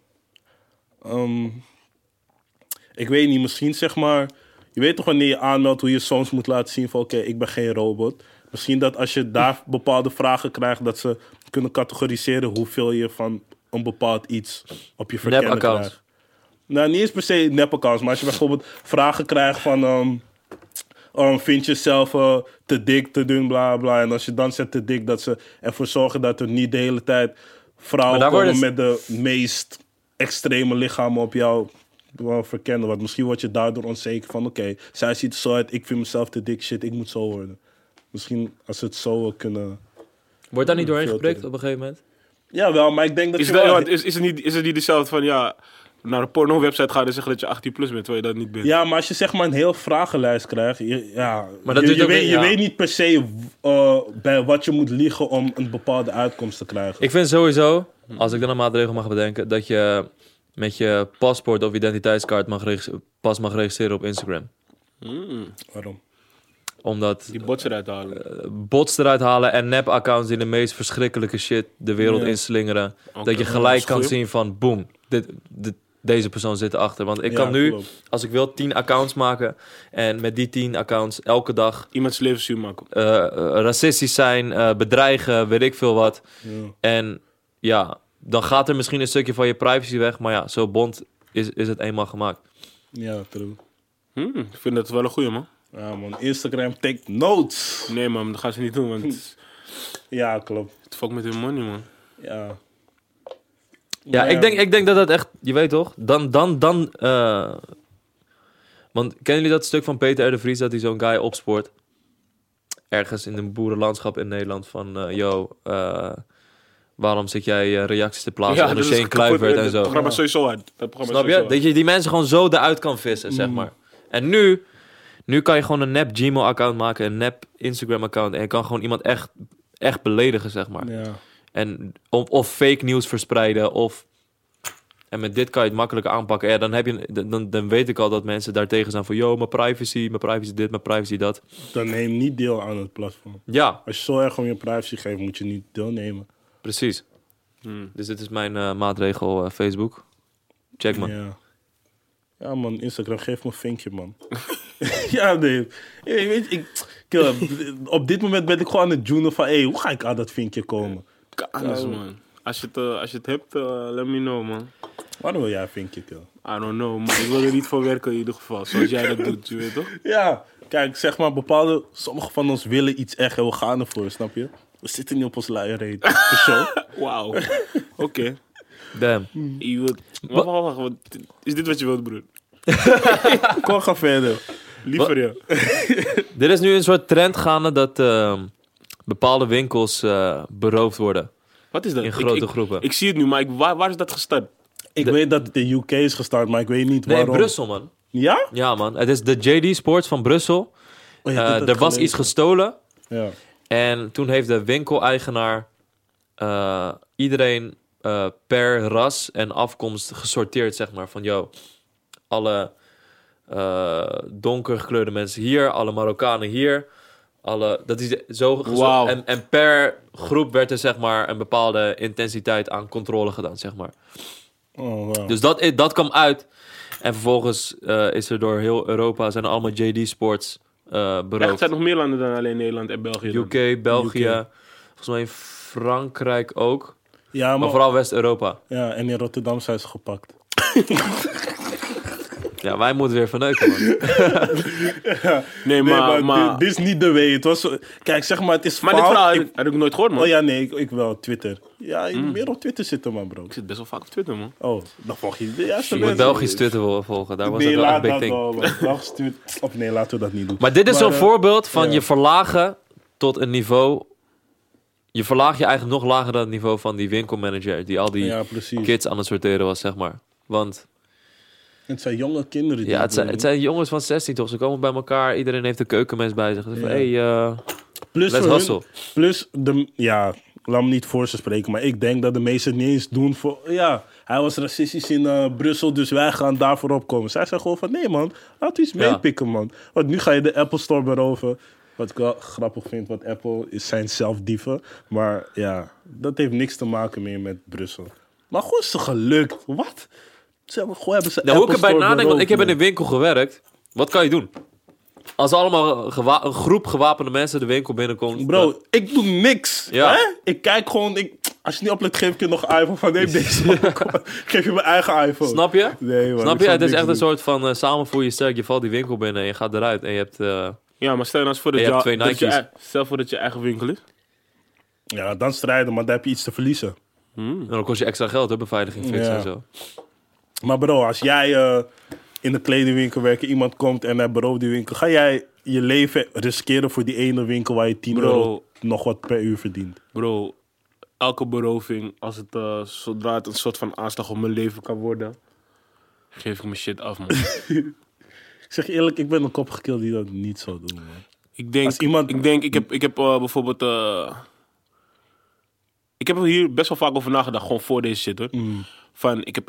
Speaker 3: Ik weet niet, misschien zeg maar... Je weet toch wanneer je aanmeldt hoe je soms moet laten zien van... Oké, ik ben geen robot. Misschien dat als je daar bepaalde vragen krijgt... dat ze kunnen categoriseren hoeveel je van een bepaald iets op je verkennen
Speaker 1: Nep-accounts.
Speaker 3: krijgt. Nou, niet eens per se nep-accounts, maar als je bijvoorbeeld vragen krijgt van... vind je jezelf te dik, te dun, bla bla. En als je dan zegt te dik, dat ze ervoor zorgen dat er niet de hele tijd vrouwen komen met de meest extreme lichamen op jou verkennen. Want misschien word je daardoor onzeker van, oké, zij ziet er zo uit, ik vind mezelf te dik, shit, ik moet zo worden. Misschien als ze het zo kunnen...
Speaker 1: Wordt daar niet doorheen geprikt op een gegeven moment?
Speaker 3: Ja, wel, maar ik denk dat
Speaker 2: Is het niet dezelfde van, naar een porno-website gaan en zeggen dat je 18 plus bent, terwijl je dat niet bent?
Speaker 3: Ja, maar als je zeg maar een heel vragenlijst krijgt...
Speaker 1: Maar dat je
Speaker 3: weet niet per se bij wat je moet liegen om een bepaalde uitkomst te krijgen.
Speaker 1: Ik vind sowieso, als ik dan een maatregel mag bedenken... dat je met je paspoort of identiteitskaart pas mag registreren op Instagram.
Speaker 3: Waarom?
Speaker 1: Omdat...
Speaker 2: Die bots eruit halen.
Speaker 1: Bots eruit halen en nep-accounts die de meest verschrikkelijke shit de wereld inslingeren.
Speaker 2: Okay.
Speaker 1: Dat je gelijk kan zien van, boom, deze persoon zit erachter. Want ik kan nu, als ik wil, 10 accounts maken. En met die 10 accounts elke dag...
Speaker 2: Iemands levenszuur maken.
Speaker 1: Racistisch zijn, bedreigen, weet ik veel wat.
Speaker 3: Ja.
Speaker 1: En dan gaat er misschien een stukje van je privacy weg. Maar zo bond is het eenmaal gemaakt.
Speaker 3: Ja, true.
Speaker 2: Ik vind dat wel een goeie, man.
Speaker 3: Ja, man. Instagram, take notes.
Speaker 2: Nee, man, dat gaan ze niet doen, want...
Speaker 3: Ja, klopt.
Speaker 2: Het fuck met hun money, man.
Speaker 3: Ja.
Speaker 1: Ja, ik denk dat dat echt... Je weet toch? Want kennen jullie dat stuk van Peter R. de Vries... dat hij zo'n guy opspoort? Ergens in een boerenlandschap in Nederland van... waarom zit jij reacties te plaatsen onder Shane Kluivert en zo?
Speaker 2: Het programma is sowieso uit.
Speaker 1: Snap je? Dat je die mensen gewoon zo eruit kan vissen, zeg maar. En nu kan je gewoon een nep Gmail-account maken... een nep Instagram-account... en je kan gewoon iemand echt beledigen, zeg maar.
Speaker 3: Ja.
Speaker 1: En of fake nieuws verspreiden, en met dit kan je het makkelijk aanpakken. Ja, dan weet ik al dat mensen daartegen zijn van... Yo, mijn privacy dit, mijn privacy dat.
Speaker 3: Dan neem niet deel aan het platform.
Speaker 1: Ja.
Speaker 3: Als je zo erg om je privacy geeft, moet je niet deelnemen.
Speaker 1: Precies. Dus dit is mijn maatregel Facebook. Check, man.
Speaker 3: Ja, man, Instagram, geef me een vinkje, man. Ja, nee. Op dit moment ben ik gewoon aan het joenen van... hoe ga ik aan dat vinkje komen?
Speaker 2: Anders, man. Als je het hebt, let me know, man.
Speaker 3: Waarom wil jij een vinkje, kill?
Speaker 2: I don't know, maar ik wil er niet voor werken in ieder geval. Zoals jij dat doet, je weet toch?
Speaker 3: Ja, kijk, zeg maar, sommige van ons willen iets echt en we gaan ervoor, snap je? We zitten niet op ons luie reet. Voor show.
Speaker 2: Wauw. Oké.
Speaker 1: Damn.
Speaker 2: Wacht. Is dit wat je wilt, broer?
Speaker 3: Kom, ga verder.
Speaker 2: Liever, ja.
Speaker 1: Er is nu een soort trend gaande dat bepaalde winkels beroofd worden.
Speaker 2: Wat is dat?
Speaker 1: In grote groepen.
Speaker 2: Ik zie het nu, maar waar is dat gestart?
Speaker 3: Ik weet dat het in UK is gestart, maar ik weet niet
Speaker 1: Nee,
Speaker 3: waarom.
Speaker 1: Brussel, man.
Speaker 3: Ja?
Speaker 1: Ja, man. Het is de JD Sports van Brussel.
Speaker 3: Oh, je hebt het
Speaker 1: Er was
Speaker 3: gelezen.
Speaker 1: iets gestolen.
Speaker 3: Ja.
Speaker 1: En toen heeft de winkeleigenaar iedereen per ras en afkomst gesorteerd, zeg maar. Van, yo, alle donker gekleurde mensen hier, alle Marokkanen hier. Dat is zo
Speaker 2: Wauw.
Speaker 1: en per groep werd er, zeg maar, een bepaalde intensiteit aan controle gedaan, zeg maar.
Speaker 3: Oh, wow.
Speaker 1: Dus dat kwam uit. En vervolgens is er door heel Europa, zijn er allemaal JD Sports
Speaker 2: Echt,
Speaker 1: beroofd.
Speaker 2: er zijn nog meer landen dan alleen Nederland en België. dan.
Speaker 1: UK, België,
Speaker 3: UK.
Speaker 1: volgens mij Frankrijk ook.
Speaker 3: Ja,
Speaker 1: Maar vooral West-Europa.
Speaker 3: Ja, en in Rotterdam zijn ze gepakt.
Speaker 1: Ja, wij moeten weer verneuken, man.
Speaker 2: Nee, maar
Speaker 3: Dit is niet de way. Het was, kijk, zeg maar, het is
Speaker 2: Maar dit
Speaker 3: fout.
Speaker 2: verhaal heb ik nooit gehoord, man.
Speaker 3: Oh ja, nee, ik wel. Twitter. Ja, je moet meer op Twitter zitten, man, bro.
Speaker 2: Ik zit best wel vaak op Twitter, man.
Speaker 3: Oh, dan volg je de juiste
Speaker 1: Je moet
Speaker 3: mensen.
Speaker 1: Belgisch Twitter volgen. Daar was
Speaker 3: Nee,
Speaker 1: het wel een
Speaker 3: laat
Speaker 1: big
Speaker 3: dat
Speaker 1: thing.
Speaker 3: wel, man. Belgisch Twitter. Of nee, laten we dat niet doen.
Speaker 1: Maar dit is zo'n voorbeeld van
Speaker 3: ja.
Speaker 1: je verlagen tot een niveau. Je verlaagt je eigenlijk nog lager dan het niveau van die winkelmanager. Die al die
Speaker 3: Ja, precies.
Speaker 1: kids aan het sorteren was, zeg maar. Want
Speaker 3: Het zijn jonge kinderen. Die
Speaker 1: ja, het zijn jongens van 16 toch. Ze komen bij elkaar. Iedereen heeft een keukenmes bij zich. Ze van, hey,
Speaker 3: Plus,
Speaker 1: let's
Speaker 3: voor hun-
Speaker 1: hustle.
Speaker 3: plus ja, laat me niet voor ze spreken, maar ik denk dat de meesten het niet eens doen voor... Ja, hij was racistisch in Brussel, dus wij gaan daarvoor opkomen. Zij zeggen gewoon van, nee man, laten we iets
Speaker 1: Ja.
Speaker 3: meepikken, man. Want nu ga je de Apple Store beroven. Wat ik wel grappig vind, want Apple zijn zelf dieven. Maar ja, dat heeft niks te maken meer met Brussel. Maar gewoon is ze gelukt. Wat? Ze hebben gewoon hebben ze
Speaker 1: Nou, hoe ik
Speaker 3: Apple
Speaker 1: erbij
Speaker 3: Store
Speaker 1: nadenk, want ik heb in
Speaker 3: beroofd,
Speaker 1: een winkel gewerkt. Wat kan je doen? Als allemaal een groep gewapende mensen de winkel binnenkomt.
Speaker 3: Bro, ik doe niks.
Speaker 1: Ja.
Speaker 3: Hè? Ik kijk gewoon... als je niet oplet, geef ik je nog een iPhone. Van neem deze. Geef je mijn eigen iPhone.
Speaker 1: Snap je?
Speaker 3: Nee, man.
Speaker 1: Snap
Speaker 3: ik
Speaker 1: je?
Speaker 3: zal
Speaker 1: Het is
Speaker 3: niks
Speaker 1: echt een
Speaker 3: doen.
Speaker 1: soort van samen voel je sterk. Je valt die winkel binnen en je gaat eruit. En je hebt...
Speaker 2: Ja, maar stel je nou eens voor dat
Speaker 1: Je hebt
Speaker 2: je,
Speaker 1: twee
Speaker 2: dat je,
Speaker 1: Nike's.
Speaker 2: stel voor dat je eigen winkel is.
Speaker 3: Ja, dan strijden, maar dan heb je iets te verliezen.
Speaker 1: en dan kost je extra geld, hè? Beveiliging fixen
Speaker 3: Ja.
Speaker 1: en zo.
Speaker 3: Maar bro, als jij in de kledingwinkel werkt, iemand komt en hij berooft die winkel, ga jij je leven riskeren voor die ene winkel waar je 10
Speaker 2: Bro.
Speaker 3: euro nog wat per uur verdient?
Speaker 2: Bro, elke beroving, als het, zodra het een soort van aanslag op mijn leven kan worden, geef ik mijn shit af, man.
Speaker 3: Ik zeg je eerlijk, ik ben een koppige kill die dat niet zou doen, man. Als iemand-
Speaker 2: Ik heb bijvoorbeeld... ik heb er hier best wel vaak over nagedacht, gewoon voor deze shit, hoor. Van, ik heb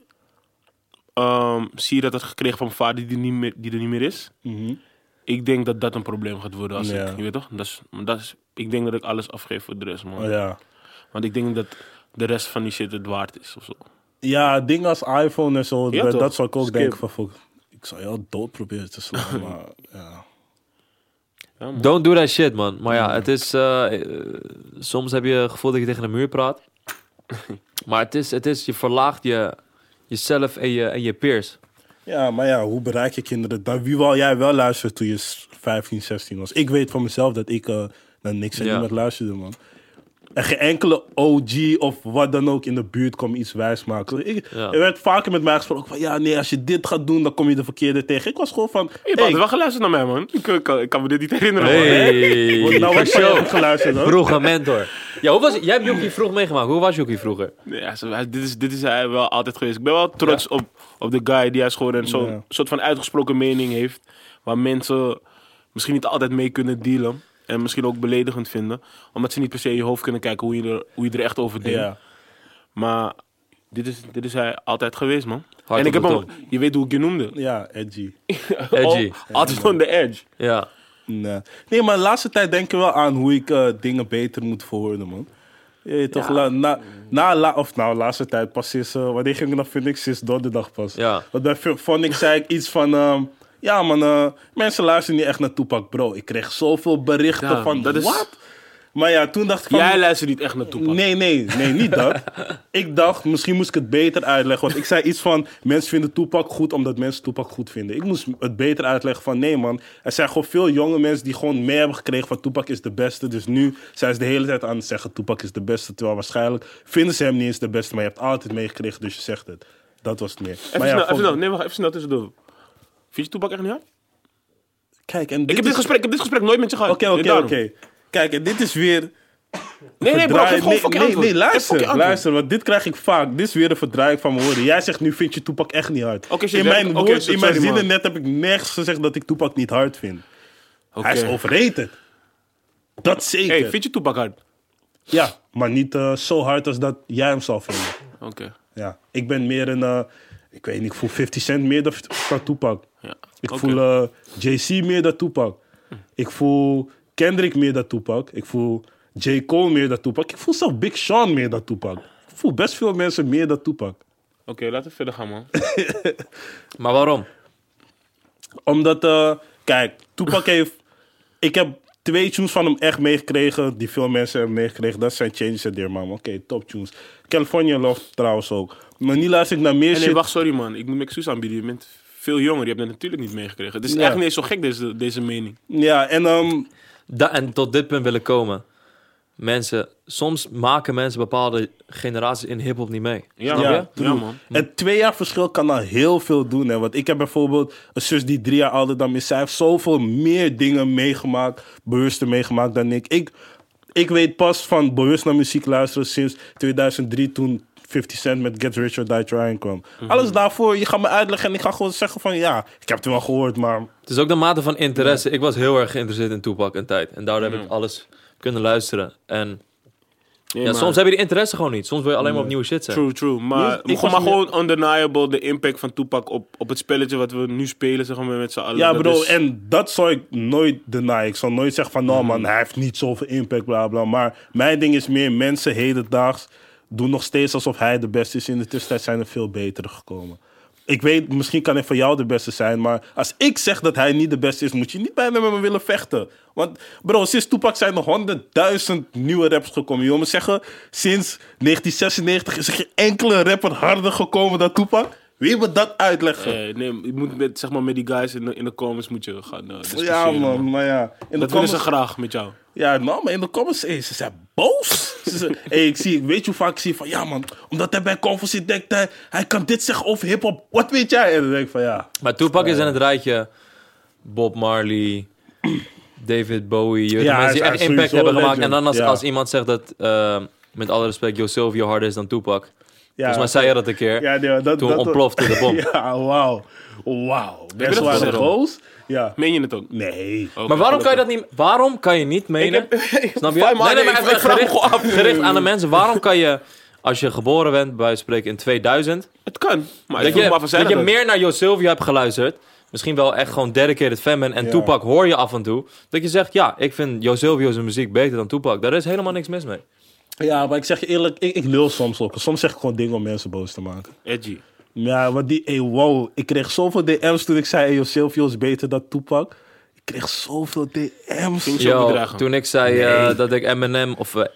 Speaker 2: sieraad dat gekregen van mijn vader die er niet meer is.
Speaker 3: Mhm.
Speaker 2: Ik denk dat dat een probleem gaat worden als
Speaker 3: Ja.
Speaker 2: ik... Je weet toch? Ik denk dat ik alles afgeef voor de rest, man.
Speaker 3: Oh, ja.
Speaker 2: Want ik denk dat de rest van die shit het waard is, of zo.
Speaker 3: Ja, dingen als iPhone en zo,
Speaker 2: Ja,
Speaker 3: dat
Speaker 2: toch?
Speaker 3: zou ik ook
Speaker 2: Skip.
Speaker 3: denken van, fuck, ik zou je al dood proberen te slaan, maar ja.
Speaker 2: Ja, man.
Speaker 1: Don't do that shit, man. Maar ja, het is... soms heb je het gevoel dat je tegen een muur praat. Maar het is je verlaagt jezelf en je peers.
Speaker 3: Ja, maar ja, hoe bereik je kinderen? Dan, wie wou jij wel luisteren toen je 15, 16 was? Ik weet van mezelf dat ik naar niks en
Speaker 1: Ja.
Speaker 3: niemand luisterde, man. En geen enkele OG of wat dan ook in de buurt kwam iets wijsmaken.
Speaker 1: Ja.
Speaker 3: Er werd vaker met mij gesproken van, ja, nee, als je dit gaat doen, dan kom je de verkeerde tegen. Ik was gewoon van,
Speaker 2: Je hebt
Speaker 3: hey,
Speaker 2: altijd wel geluisterd naar mij, man. Ik kan me dit niet herinneren, man.
Speaker 1: Hey,
Speaker 3: nou, wat
Speaker 1: voor
Speaker 3: van je
Speaker 1: show.
Speaker 3: hebt geluisterd, hoor?
Speaker 1: Vroeger mentor. Ja, hoe was het? Jij hebt Joekie vroeg meegemaakt. Hoe was Joekie vroeger?
Speaker 2: Ja, dit is hij wel altijd geweest. Ik ben wel trots op de guy die hij is gewoon zo'n
Speaker 3: Ja.
Speaker 2: soort van uitgesproken mening heeft. Waar mensen misschien niet altijd mee kunnen dealen. En misschien ook beledigend vinden. Omdat ze niet per se in je hoofd kunnen kijken hoe je er echt over denkt.
Speaker 3: Ja.
Speaker 2: Maar dit is hij altijd geweest, man.
Speaker 1: Hard
Speaker 2: en ik
Speaker 1: op
Speaker 2: heb
Speaker 1: de
Speaker 2: hem,
Speaker 1: tong.
Speaker 2: je weet hoe ik je noemde.
Speaker 3: Ja, edgy.
Speaker 1: Edgy.
Speaker 2: Oh, altijd on the edge.
Speaker 1: Ja.
Speaker 3: Nee, maar de laatste tijd denk ik wel aan hoe ik dingen beter moet verwoorden, man. Je weet toch,
Speaker 2: Ja.
Speaker 3: laatste tijd pas sinds, wanneer ging ik nog Phoenix? Sinds donderdag pas.
Speaker 1: Ja.
Speaker 3: Want bij Phoenix zei ik iets van, ja man, mensen luisteren niet echt naar Tupac, bro. Ik kreeg zoveel berichten
Speaker 2: Ja,
Speaker 3: van,
Speaker 2: dat is-
Speaker 3: wat? Maar ja, toen dacht ik van...
Speaker 2: Jij luistert niet echt naar Tupac.
Speaker 3: Nee, niet dat. Ik dacht, misschien moest ik het beter uitleggen. Want ik zei iets van, mensen vinden Tupac goed omdat mensen Tupac goed vinden. Ik moest het beter uitleggen van, nee man. Er zijn gewoon veel jonge mensen die gewoon mee hebben gekregen van Tupac is de beste. Dus nu zijn ze de hele tijd aan het zeggen Tupac is de beste. Terwijl waarschijnlijk vinden ze hem niet eens de beste. Maar je hebt altijd meegekregen, dus je zegt het. Dat was het meer.
Speaker 2: Even snel. Nee, wacht, even snel tussendoor. Vind je Tupac echt niet hard?
Speaker 3: Kijk, en
Speaker 2: Ik heb dit gesprek nooit met je gehad.
Speaker 3: Oké. Kijk, en dit is weer...
Speaker 2: Nee, bro, geef gewoon fucking antwoord.
Speaker 3: Nee,
Speaker 2: Geef fucking antwoord.
Speaker 3: luister, want dit krijg ik vaak. Dit is weer een verdraaiing van mijn woorden. Jij zegt nu, vind je Tupac echt niet hard.
Speaker 2: In mijn
Speaker 3: zinnen net heb ik nergens gezegd dat ik Tupac niet hard vind. Hij is overrated. Dat zeker.
Speaker 2: Hey, vind je Tupac hard?
Speaker 3: Ja, maar niet zo hard als dat jij hem zal vinden.
Speaker 2: Oké.
Speaker 3: Ja, ik ben meer een... ik weet niet, ik voel 50 Cent meer dan Tupac.
Speaker 2: Ja.
Speaker 3: Ik voel JC meer dan Tupac. Ik voel Kendrick meer dan Tupac. Ik voel J. Cole meer dan Tupac. Ik voel zelfs Big Sean meer dan Tupac. Ik voel best veel mensen meer dan Tupac.
Speaker 2: Oké, laten we verder gaan, man.
Speaker 1: Maar waarom?
Speaker 3: Omdat, kijk, Tupac heeft... Ik heb 2 tunes van hem echt meegekregen, die veel mensen hebben meegekregen. Dat zijn Changes and Dear Mama. Oké, top tunes. California Love trouwens ook. Maar nu luister ik naar meer shit.
Speaker 2: Nee, wacht, sorry man. Ik moet me excuus aanbieden. Je bent veel jonger. Je hebt het natuurlijk niet meegekregen. Het is echt niet eens zo gek, deze mening.
Speaker 3: Ja, en...
Speaker 1: En tot dit punt willen komen. Mensen, soms maken mensen bepaalde generaties in hiphop niet mee.
Speaker 2: Ja,
Speaker 1: Snap je?
Speaker 2: Ja, man.
Speaker 3: Het 2 jaar verschil kan al heel veel doen. Hè? Want ik heb bijvoorbeeld een zus die 3 jaar ouder dan mij is. Zij heeft zoveel meer dingen meegemaakt, bewuster meegemaakt dan ik. Ik weet pas van bewust naar muziek luisteren sinds 2003 toen 50 Cent met Get Rich or Die Trying kwam. Alles daarvoor, je gaat me uitleggen en ik ga gewoon zeggen van ja, ik heb het wel gehoord, maar...
Speaker 1: Het is ook de mate van interesse. Ja. Ik was heel erg geïnteresseerd in Tupac een tijd. En daardoor heb ik alles kunnen luisteren. En
Speaker 2: maar...
Speaker 1: soms heb je die interesse gewoon niet. Soms wil je alleen maar op nieuwe shit zijn.
Speaker 2: True. Maar gewoon undeniable de impact van Tupac op het spelletje wat we nu spelen, zeg maar, met z'n allen.
Speaker 3: Ja, bro, en dat zou ik nooit denyen. Ik zal nooit zeggen van, nou man, hij heeft niet zoveel impact, bla bla. Maar mijn ding is meer, mensen hedendaags doen nog steeds alsof hij de beste is. In de tussentijd zijn er veel betere gekomen. Ik weet, misschien kan hij voor jou de beste zijn, maar als ik zeg dat hij niet de beste is, moet je niet bijna met me willen vechten. Want bro, sinds Tupac zijn er 100.000 nieuwe rappers gekomen. Je wil me zeggen, sinds 1996 is er geen enkele rapper harder gekomen dan Tupac. Wie moet dat uitleggen?
Speaker 2: Nee, je moet zeg maar met die guys in de comments moet je gaan discussiëren.
Speaker 3: Ja man, maar ja.
Speaker 2: Dat willen ze graag met jou.
Speaker 3: Ja, nou, maar in de comments, ze zijn boos. Weet je hoe vaak ik zie van, ja man, omdat hij bij Convo zit, denkt hij kan dit zeggen over hiphop. Wat weet jij? En dan denk ik van, ja.
Speaker 1: Maar Tupac is in het rijtje Bob Marley, David Bowie. Je weet mensen die echt impact hebben gemaakt. En dan als iemand zegt dat, met alle respect, Yo Silvio harder is dan Tupac. Ja, volgens mij zei je dat een keer.
Speaker 3: Ja,
Speaker 1: toen ontplofte de bom.
Speaker 3: Ja, wauw. Best wel een goos. Ja.
Speaker 2: Meen je het ook?
Speaker 3: Nee.
Speaker 2: Okay.
Speaker 1: Maar waarom kan je dat niet... Waarom kan je niet menen... Snap je? Nee, maar ik vraag gericht aan de mensen. Waarom kan je, als je geboren bent, bij spreken in 2000...
Speaker 2: Het kan. Maar
Speaker 1: dat je meer naar Yo Silvio hebt geluisterd. Misschien wel echt gewoon dedicated fan bent. En Tupac hoor je af en toe. Dat je zegt, ja, ik vind Yo Silvio zijn muziek beter dan Tupac. Daar is helemaal niks mis mee.
Speaker 3: Ja, maar ik zeg je eerlijk, ik lul soms ook. Soms zeg ik gewoon dingen om mensen boos te maken.
Speaker 2: Edgy.
Speaker 3: Ja, want ik kreeg zoveel DM's toen ik zei, Yo Silvio is beter dan Tupac. Ik kreeg zoveel DM's.
Speaker 1: Toen ik zei dat ik Eminem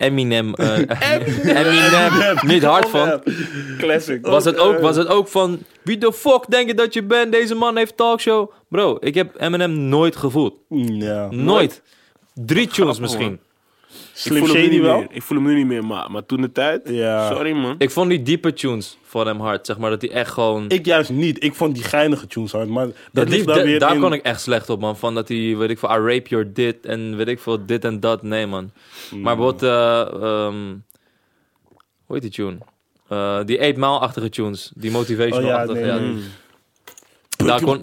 Speaker 1: niet hard vond.
Speaker 2: Classic.
Speaker 1: Was het ook van, wie de fuck denk je dat je bent? Deze man heeft talkshow. Bro, ik heb Eminem nooit gevoeld.
Speaker 3: Ja.
Speaker 1: Nooit. 3 tunes misschien.
Speaker 3: Man. Slim Shady wel?
Speaker 2: Ik voel hem nu niet meer, maar toen de tijd...
Speaker 3: Ja.
Speaker 2: Sorry, man.
Speaker 1: Ik vond die diepe tunes van hem hard. Zeg maar dat hij echt gewoon...
Speaker 3: Ik juist niet. Ik vond die geinige tunes hard. Maar dat ligt dan weer
Speaker 1: daar kon ik echt slecht op, man. Van dat hij, weet ik veel, I rape your dit en weet ik veel, dit en dat. Nee, man. Maar bijvoorbeeld... hoe heet die tune? Die 8 Mile-achtige tunes. Die motivation-achtige. Daar kon...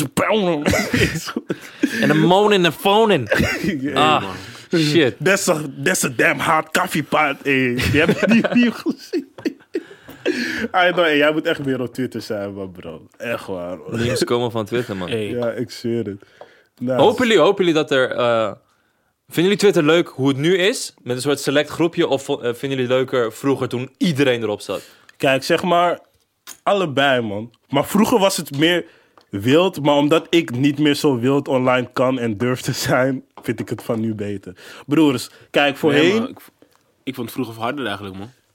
Speaker 1: En de moan in de phone in. Shit.
Speaker 3: That's a damn hard coffee pot. Die heb ik niet gezien. Jij moet echt meer op Twitter zijn, man, bro. Echt waar.
Speaker 1: Memes komen van Twitter, man.
Speaker 2: Hey.
Speaker 3: Ja, ik zweer het. Nice.
Speaker 1: Hopen jullie dat er... vinden jullie Twitter leuk hoe het nu is? Met een soort select groepje? Of vinden jullie het leuker vroeger toen iedereen erop zat?
Speaker 3: Kijk, zeg maar... Allebei, man. Maar vroeger was het meer... wild, maar omdat ik niet meer zo wild online kan en durf te zijn, vind ik het van nu beter. Broers, kijk, voorheen...
Speaker 2: Ik vond het vroeger harder eigenlijk, man.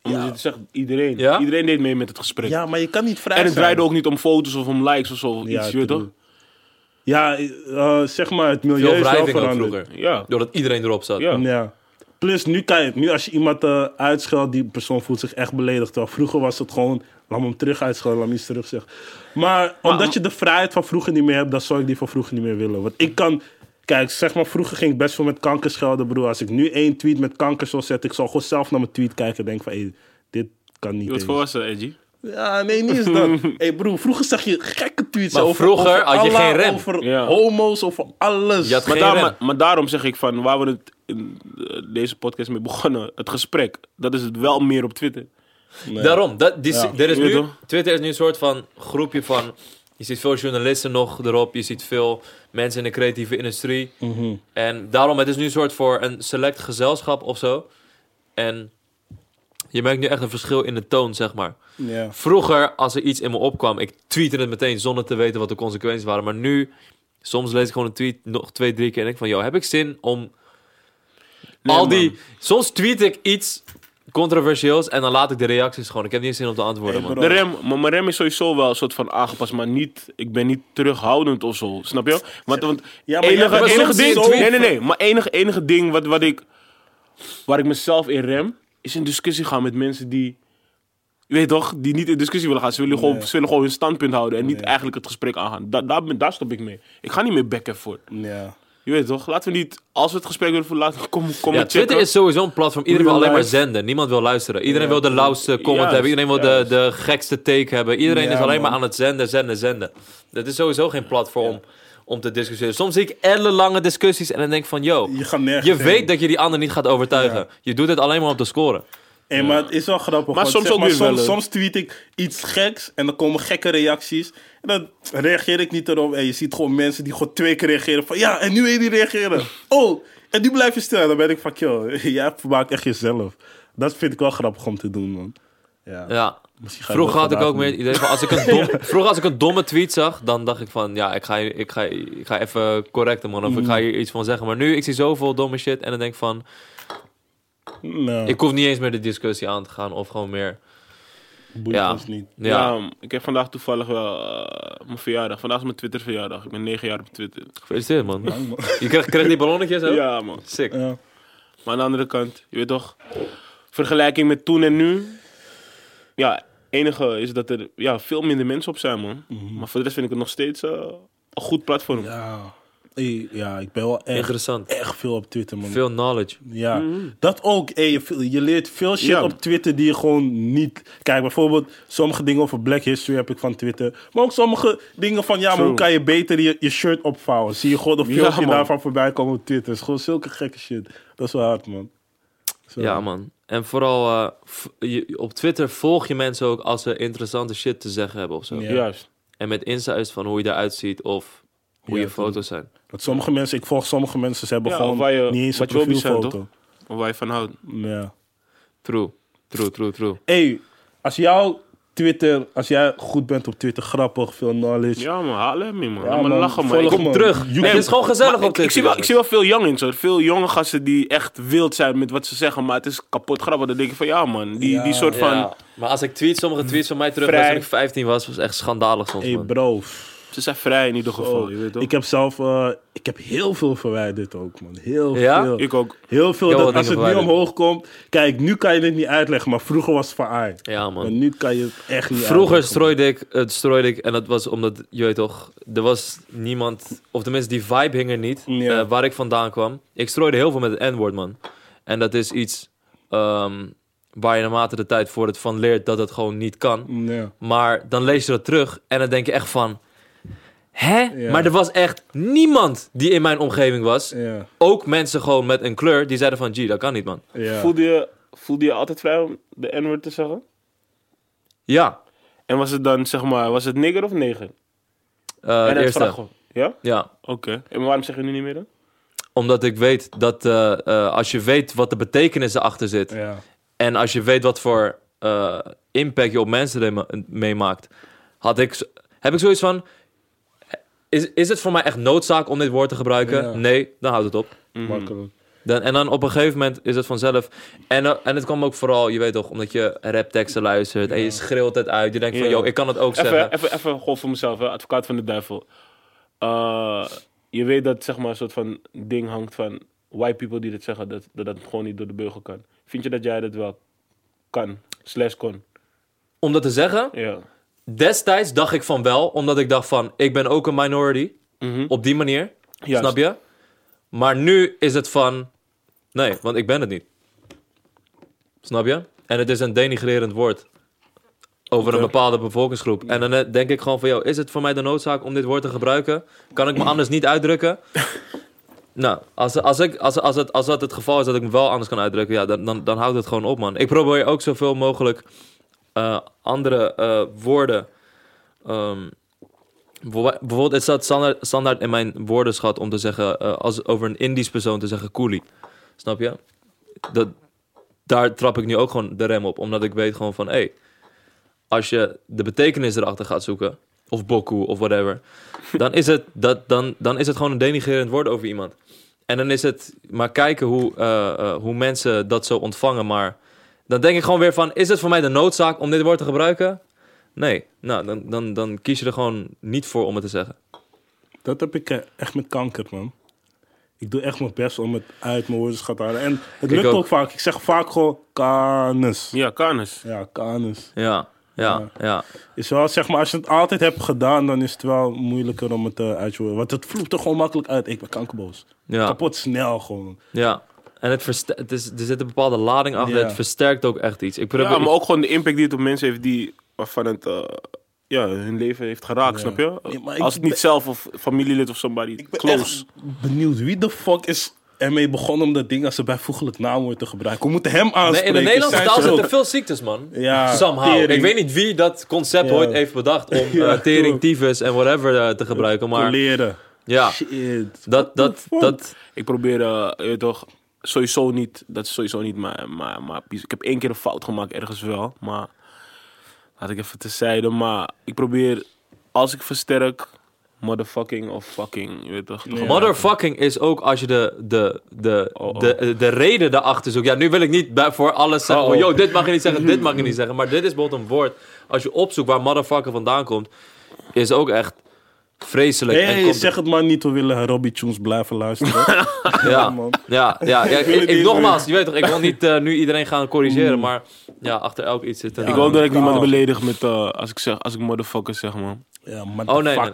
Speaker 2: Omdat je zegt, iedereen.
Speaker 1: Ja?
Speaker 2: Iedereen deed mee met het gesprek.
Speaker 3: Ja, maar je kan niet vrij
Speaker 2: En het
Speaker 3: zijn.
Speaker 2: draaide ook niet om foto's of om likes of zo.
Speaker 3: Ja,
Speaker 2: Iets, je weet
Speaker 3: true.
Speaker 2: toch?
Speaker 3: Ja, zeg maar, het milieu
Speaker 1: Veel
Speaker 3: is wel
Speaker 1: wrijving ook
Speaker 3: veranderd.
Speaker 1: vroeger.
Speaker 2: Ja.
Speaker 1: Doordat iedereen erop zat.
Speaker 2: Ja.
Speaker 3: Ja. Plus, nu als je iemand uitscheldt, die persoon voelt zich echt beledigd. Terwijl vroeger was het gewoon, laat me hem terug uitschelden, laat me iets terug zeggen. Maar omdat je de vrijheid van vroeger niet meer hebt, dan zou ik die van vroeger niet meer willen. Want ik kan, kijk, zeg maar, vroeger ging ik best veel met kanker schelden, broer. Als ik nu 1 tweet met kanker zou zetten, ik zou gewoon zelf naar mijn tweet kijken en denken van, hé, dit kan niet.
Speaker 2: Je wordt
Speaker 3: eens.
Speaker 2: volwassen, Edgy.
Speaker 3: Ja, nee, niet eens dat. Hé broer, vroeger zag je gekke tweets
Speaker 1: Maar
Speaker 3: over,
Speaker 1: vroeger
Speaker 3: over
Speaker 1: had je
Speaker 3: Allah,
Speaker 1: geen rem.
Speaker 3: over
Speaker 2: Ja.
Speaker 3: homo's, over alles.
Speaker 1: Je had
Speaker 2: Maar,
Speaker 1: geen rem.
Speaker 2: maar daarom zeg ik van, waar we het in deze podcast mee begonnen, het gesprek, dat is het wel meer op Twitter.
Speaker 3: Nee.
Speaker 1: Daarom.
Speaker 3: Ja.
Speaker 1: Er is
Speaker 2: Je weet
Speaker 1: nu,
Speaker 2: toch?
Speaker 1: Twitter is nu een soort van groepje van... Je ziet veel journalisten nog erop. Je ziet veel mensen in de creatieve industrie.
Speaker 3: Mhm.
Speaker 1: En daarom, het is nu een soort voor een select gezelschap of zo. En je merkt nu echt een verschil in de toon, zeg maar.
Speaker 3: Ja.
Speaker 1: Vroeger, als er iets in me opkwam, ik tweette het meteen zonder te weten wat de consequenties waren. Maar nu, soms lees ik gewoon een tweet nog 2-3 keer en denk ik van, yo, heb ik zin om
Speaker 2: Nee,
Speaker 1: al die...
Speaker 2: man.
Speaker 1: Soms tweet ik iets controversieels en dan laat ik de reacties gewoon. Ik heb niet eens zin om te antwoorden,
Speaker 3: Hey,
Speaker 1: man.
Speaker 3: bro.
Speaker 2: Mijn rem is sowieso wel een soort van aangepast, maar niet, ik ben niet terughoudend of zo. Snap je? Want
Speaker 3: Ja, maar jij bent
Speaker 2: enige
Speaker 3: soms
Speaker 2: ding,
Speaker 3: zo-
Speaker 2: nee. Maar enige ding waar ik mezelf in rem, is in discussie gaan met mensen die, je weet toch, die niet in discussie willen gaan. Ze willen gewoon hun standpunt houden en niet eigenlijk het gesprek aangaan. Daar stop ik mee. Ik ga niet meer back en forth.
Speaker 3: Ja.
Speaker 2: Je weet toch, laten we niet, als we het gesprek willen voeren, laten we kom
Speaker 1: Ja,
Speaker 2: maar
Speaker 1: Twitter
Speaker 2: checken.
Speaker 1: is sowieso een platform. Iedereen wil
Speaker 3: Real
Speaker 1: alleen maar
Speaker 3: life.
Speaker 1: zenden. Niemand wil luisteren. Iedereen wil de lauwste comment
Speaker 2: Juist,
Speaker 1: hebben. Iedereen wil de gekste take hebben. Iedereen
Speaker 3: Ja,
Speaker 1: is alleen
Speaker 3: man.
Speaker 1: maar aan het zenden. Dat is sowieso geen platform om te discussiëren. Soms zie ik ellenlange discussies en dan denk ik van... Yo,
Speaker 3: Je gaat nergens
Speaker 1: je
Speaker 3: heen.
Speaker 1: weet dat je die ander niet gaat overtuigen.
Speaker 3: Ja.
Speaker 1: Je doet het alleen maar om te scoren.
Speaker 3: Hey, maar het is wel grappig.
Speaker 2: Maar
Speaker 3: want
Speaker 2: soms
Speaker 3: zeg
Speaker 2: ook weer wel, hè.
Speaker 3: soms tweet ik iets geks en dan komen gekke reacties. En dan reageer ik niet erop. En je ziet gewoon mensen die gewoon 2 keer reageren. Van ja, en nu wil je niet reageren. Oh, en nu blijf je stil. En dan ben ik van, joh, jij vermaakt echt jezelf. Dat vind ik wel grappig om te doen, man. Ja.
Speaker 1: Ja.
Speaker 3: Misschien ga ik
Speaker 1: Vroeger
Speaker 3: dat
Speaker 1: had ik ook
Speaker 3: vandaag
Speaker 1: meer het idee van... Vroeger als ik een domme tweet zag, dan dacht ik van... Ja, ik ga even correcten, man. Of ik ga hier iets van zeggen. Maar nu, ik zie zoveel domme shit en dan denk ik van...
Speaker 3: doen. Nou,
Speaker 1: Ik hoef niet eens meer de discussie aan te gaan. Of gewoon meer...
Speaker 3: boeit
Speaker 1: ja.
Speaker 3: ons niet.
Speaker 1: Ja,
Speaker 2: Ik heb vandaag toevallig wel mijn verjaardag. Vandaag is mijn Twitter verjaardag. Ik ben 9 jaar op Twitter.
Speaker 1: gefeliciteerd, man. Je krijgt die ballonnetjes ook?
Speaker 2: Ja, man.
Speaker 1: Sick.
Speaker 3: Ja.
Speaker 2: Maar aan de andere kant, je weet toch, vergelijking met toen en nu. Ja, enige is dat er veel minder mensen op zijn, man. Maar voor de rest vind ik het nog steeds een goed platform.
Speaker 3: Ja. Hey, ja, ik ben wel
Speaker 1: Interessant.
Speaker 3: echt veel op Twitter, man.
Speaker 1: Veel knowledge.
Speaker 3: Ja, dat ook. Hey, je leert veel shit
Speaker 2: Ja.
Speaker 3: op Twitter die je gewoon niet... Kijk, bijvoorbeeld sommige dingen over Black History heb ik van Twitter. Maar ook sommige dingen van, ja, maar
Speaker 2: True.
Speaker 3: hoe kan je beter je shirt opvouwen? Zie je gewoon een
Speaker 2: Ja,
Speaker 3: filmpje
Speaker 2: man.
Speaker 3: daarvan voorbij komen op Twitter. Het is gewoon zulke gekke shit. Dat is wel hard, man. Zo.
Speaker 1: Ja, man. En vooral op Twitter volg je mensen ook als ze interessante shit te zeggen hebben of zo.
Speaker 3: Ja.
Speaker 2: Juist.
Speaker 1: En met insights van hoe je eruit ziet of hoe
Speaker 3: Ja,
Speaker 1: je foto's zijn.
Speaker 3: Dat sommige mensen, ik volg sommige mensen, ze hebben
Speaker 2: Ja,
Speaker 3: gewoon
Speaker 2: of waar je-
Speaker 3: niet eens een
Speaker 2: wat je hobby's zijn,
Speaker 3: profielfoto.
Speaker 2: Of waar je van houdt.
Speaker 3: Ja.
Speaker 1: True.
Speaker 3: Hey, als jij goed bent op Twitter, grappig, veel knowledge.
Speaker 2: Ja, man, haal hem in, man.
Speaker 3: Ja,
Speaker 2: Laat me
Speaker 3: man,
Speaker 2: lachen, man.
Speaker 3: volg
Speaker 2: Ik-
Speaker 3: hem, man.
Speaker 1: Terug.
Speaker 3: You-
Speaker 1: Het is gewoon gezellig
Speaker 2: Maar
Speaker 1: op Twitter.
Speaker 2: ik zie wel veel youngins, hoor. Veel jonge gasten die echt wild zijn met wat ze zeggen. Maar het is kapot grappig. Dan denk ik van, ja, man. Die soort van...
Speaker 1: Ja, maar als ik sommige tweets van mij terug
Speaker 2: Vrij.
Speaker 1: toen ik 15 was echt schandalig soms,
Speaker 3: Hey
Speaker 1: man.
Speaker 3: bro,
Speaker 2: Ze zijn vrij in ieder geval,
Speaker 3: oh,
Speaker 2: je weet toch?
Speaker 3: ik heb zelf, ik heb heel veel verwijderd ook, man. Heel
Speaker 1: Ja?
Speaker 3: veel.
Speaker 2: Ik ook.
Speaker 3: Heel veel,
Speaker 1: Ik heb
Speaker 3: dat
Speaker 1: wel
Speaker 3: als het
Speaker 1: dingen
Speaker 3: nu
Speaker 1: verwijderd.
Speaker 3: omhoog komt... Kijk, nu kan je het niet uitleggen, maar vroeger was het van ai.
Speaker 1: Ja,
Speaker 3: Maar
Speaker 1: man.
Speaker 3: nu kan je het echt niet
Speaker 1: Vroeger
Speaker 3: uitleggen.
Speaker 1: strooide ik, en dat was omdat, je weet toch, er was niemand, of tenminste die vibe hing er niet,
Speaker 3: Ja.
Speaker 1: waar ik vandaan kwam. Ik strooide heel veel met het N-woord, man. En dat is iets waar je naarmate de tijd voor het van leert dat het gewoon niet kan.
Speaker 3: Ja.
Speaker 1: Maar dan lees je dat terug en dan denk je echt van... Hè?
Speaker 3: Ja.
Speaker 1: Maar er was echt niemand die in mijn omgeving was.
Speaker 3: Ja.
Speaker 1: Ook mensen gewoon met een kleur die zeiden van... Gee, dat kan niet, man.
Speaker 3: Ja.
Speaker 2: Voelde je altijd vrij om de N-word te zeggen?
Speaker 1: Ja.
Speaker 2: En was het dan, zeg maar, was het nigger of neger? En
Speaker 1: Het
Speaker 2: het
Speaker 1: eerste.
Speaker 2: vragen. Ja?
Speaker 1: Ja.
Speaker 2: Oké. En waarom zeg je nu niet meer dan?
Speaker 1: Omdat ik weet dat als je weet wat de betekenis erachter zit...
Speaker 3: Ja.
Speaker 1: en als je weet wat voor impact je op mensen meemaakt... heb ik zoiets van... Is het voor mij echt noodzaak om dit woord te gebruiken?
Speaker 3: Ja.
Speaker 1: Nee, dan houdt het op.
Speaker 3: Makkelijk.
Speaker 1: En dan op een gegeven moment is het vanzelf. En het kwam ook vooral, je weet toch, omdat je rapteksten luistert en je schreeuwt het uit. Je denkt van,
Speaker 2: Ja.
Speaker 1: ik kan het ook zeggen.
Speaker 2: Even gewoon voor mezelf, hè, advocaat van de duivel. Je weet dat zeg maar een soort van ding hangt van white people die dat zeggen, dat gewoon niet door de beugel kan. Vind je dat jij dat wel kan, /kon?
Speaker 1: Om dat te zeggen,
Speaker 2: Ja.
Speaker 1: destijds dacht ik van wel, omdat ik dacht van, ik ben ook een minority. Op die manier,
Speaker 2: Juist.
Speaker 1: snap je? Maar nu is het van, nee, want ik ben het niet. Snap je? En het is een denigrerend woord. Over een bepaalde bevolkingsgroep. En dan denk ik gewoon van, is het voor mij de noodzaak om dit woord te gebruiken? Kan ik me anders niet uitdrukken? Nou, als dat het geval is dat ik me wel anders kan uitdrukken, ja, dan houdt het gewoon op, man. Ik probeer ook zoveel mogelijk andere woorden. Bijvoorbeeld, het staat standaard in mijn woordenschat om te zeggen, als over een Indisch persoon te zeggen coolie. Snap je? Daar trap ik nu ook gewoon de rem op, omdat ik weet gewoon van, als je de betekenis erachter gaat zoeken, of boku of whatever, dan is het gewoon een denigrerend woord over iemand. En dan is het maar kijken hoe mensen dat zo ontvangen. Maar dan denk ik gewoon weer van, is het voor mij de noodzaak om dit woord te gebruiken? Nee. Nou, dan kies je er gewoon niet voor om het te zeggen.
Speaker 3: Dat heb ik echt met kanker, man. Ik doe echt mijn best om het uit mijn woordenschat te halen. En het lukt ook vaak. Ik zeg vaak gewoon kanus.
Speaker 2: Ja, kanus.
Speaker 3: Ja, kanus.
Speaker 1: Ja.
Speaker 3: Is wel, zeg maar, als je het altijd hebt gedaan, dan is het wel moeilijker om het uit te horen. Want het vloept er gewoon makkelijk uit. Ik ben kankerboos.
Speaker 1: Ja.
Speaker 3: Kapot snel gewoon.
Speaker 1: Ja. En er zit een bepaalde lading achter.
Speaker 3: Ja.
Speaker 1: Het versterkt ook echt iets.
Speaker 2: Ja, maar ook gewoon de impact die het op mensen heeft waarvan het hun leven heeft geraakt, snap je?
Speaker 3: Ja, maar
Speaker 2: als het niet zelf of familielid of somebody
Speaker 3: Ik ben
Speaker 2: close.
Speaker 3: echt benieuwd. Wie de fuck is ermee begonnen om dat ding als een bijvoeglijk naamwoord te gebruiken? We moeten hem
Speaker 1: Nee,
Speaker 3: aanspreken.
Speaker 1: in de Nederlandse
Speaker 3: Zijn
Speaker 1: taal
Speaker 3: schuld.
Speaker 1: zitten veel ziektes, man.
Speaker 3: Ja,
Speaker 1: Somehow.
Speaker 3: tering.
Speaker 1: Ik weet niet wie dat concept ooit heeft bedacht om tering, tyfus en whatever te gebruiken. Maar
Speaker 3: Leren.
Speaker 1: ja,
Speaker 3: Shit.
Speaker 1: dat.
Speaker 2: Ik probeer, je weet toch, sowieso niet, dat is sowieso niet maar ik heb 1 keer een fout gemaakt, ergens wel, maar laat ik even terzijde, maar ik probeer, als ik versterk, motherfucking of fucking, je weet toch.
Speaker 3: Ja.
Speaker 1: Motherfucking is ook als je de reden daarachter zoekt. Ja, nu wil ik niet voor alles zeggen van, yo, dit mag je niet zeggen, dit mag je niet zeggen. Maar dit is bijvoorbeeld een woord. Als je opzoekt waar motherfucker vandaan komt, is ook echt vreselijk. En
Speaker 3: Hey, zeg het maar niet, we willen Robbie Tunes blijven luisteren.
Speaker 1: Ja,
Speaker 3: man.
Speaker 1: ja. Nogmaals, je weet toch, ik wil niet nu iedereen gaan corrigeren, maar ja, achter elk iets zit een...
Speaker 2: Ik hoop dat ik niemand beledig met, als ik motherfucker zeg, man.
Speaker 3: Ja, man.
Speaker 1: Oh, nee.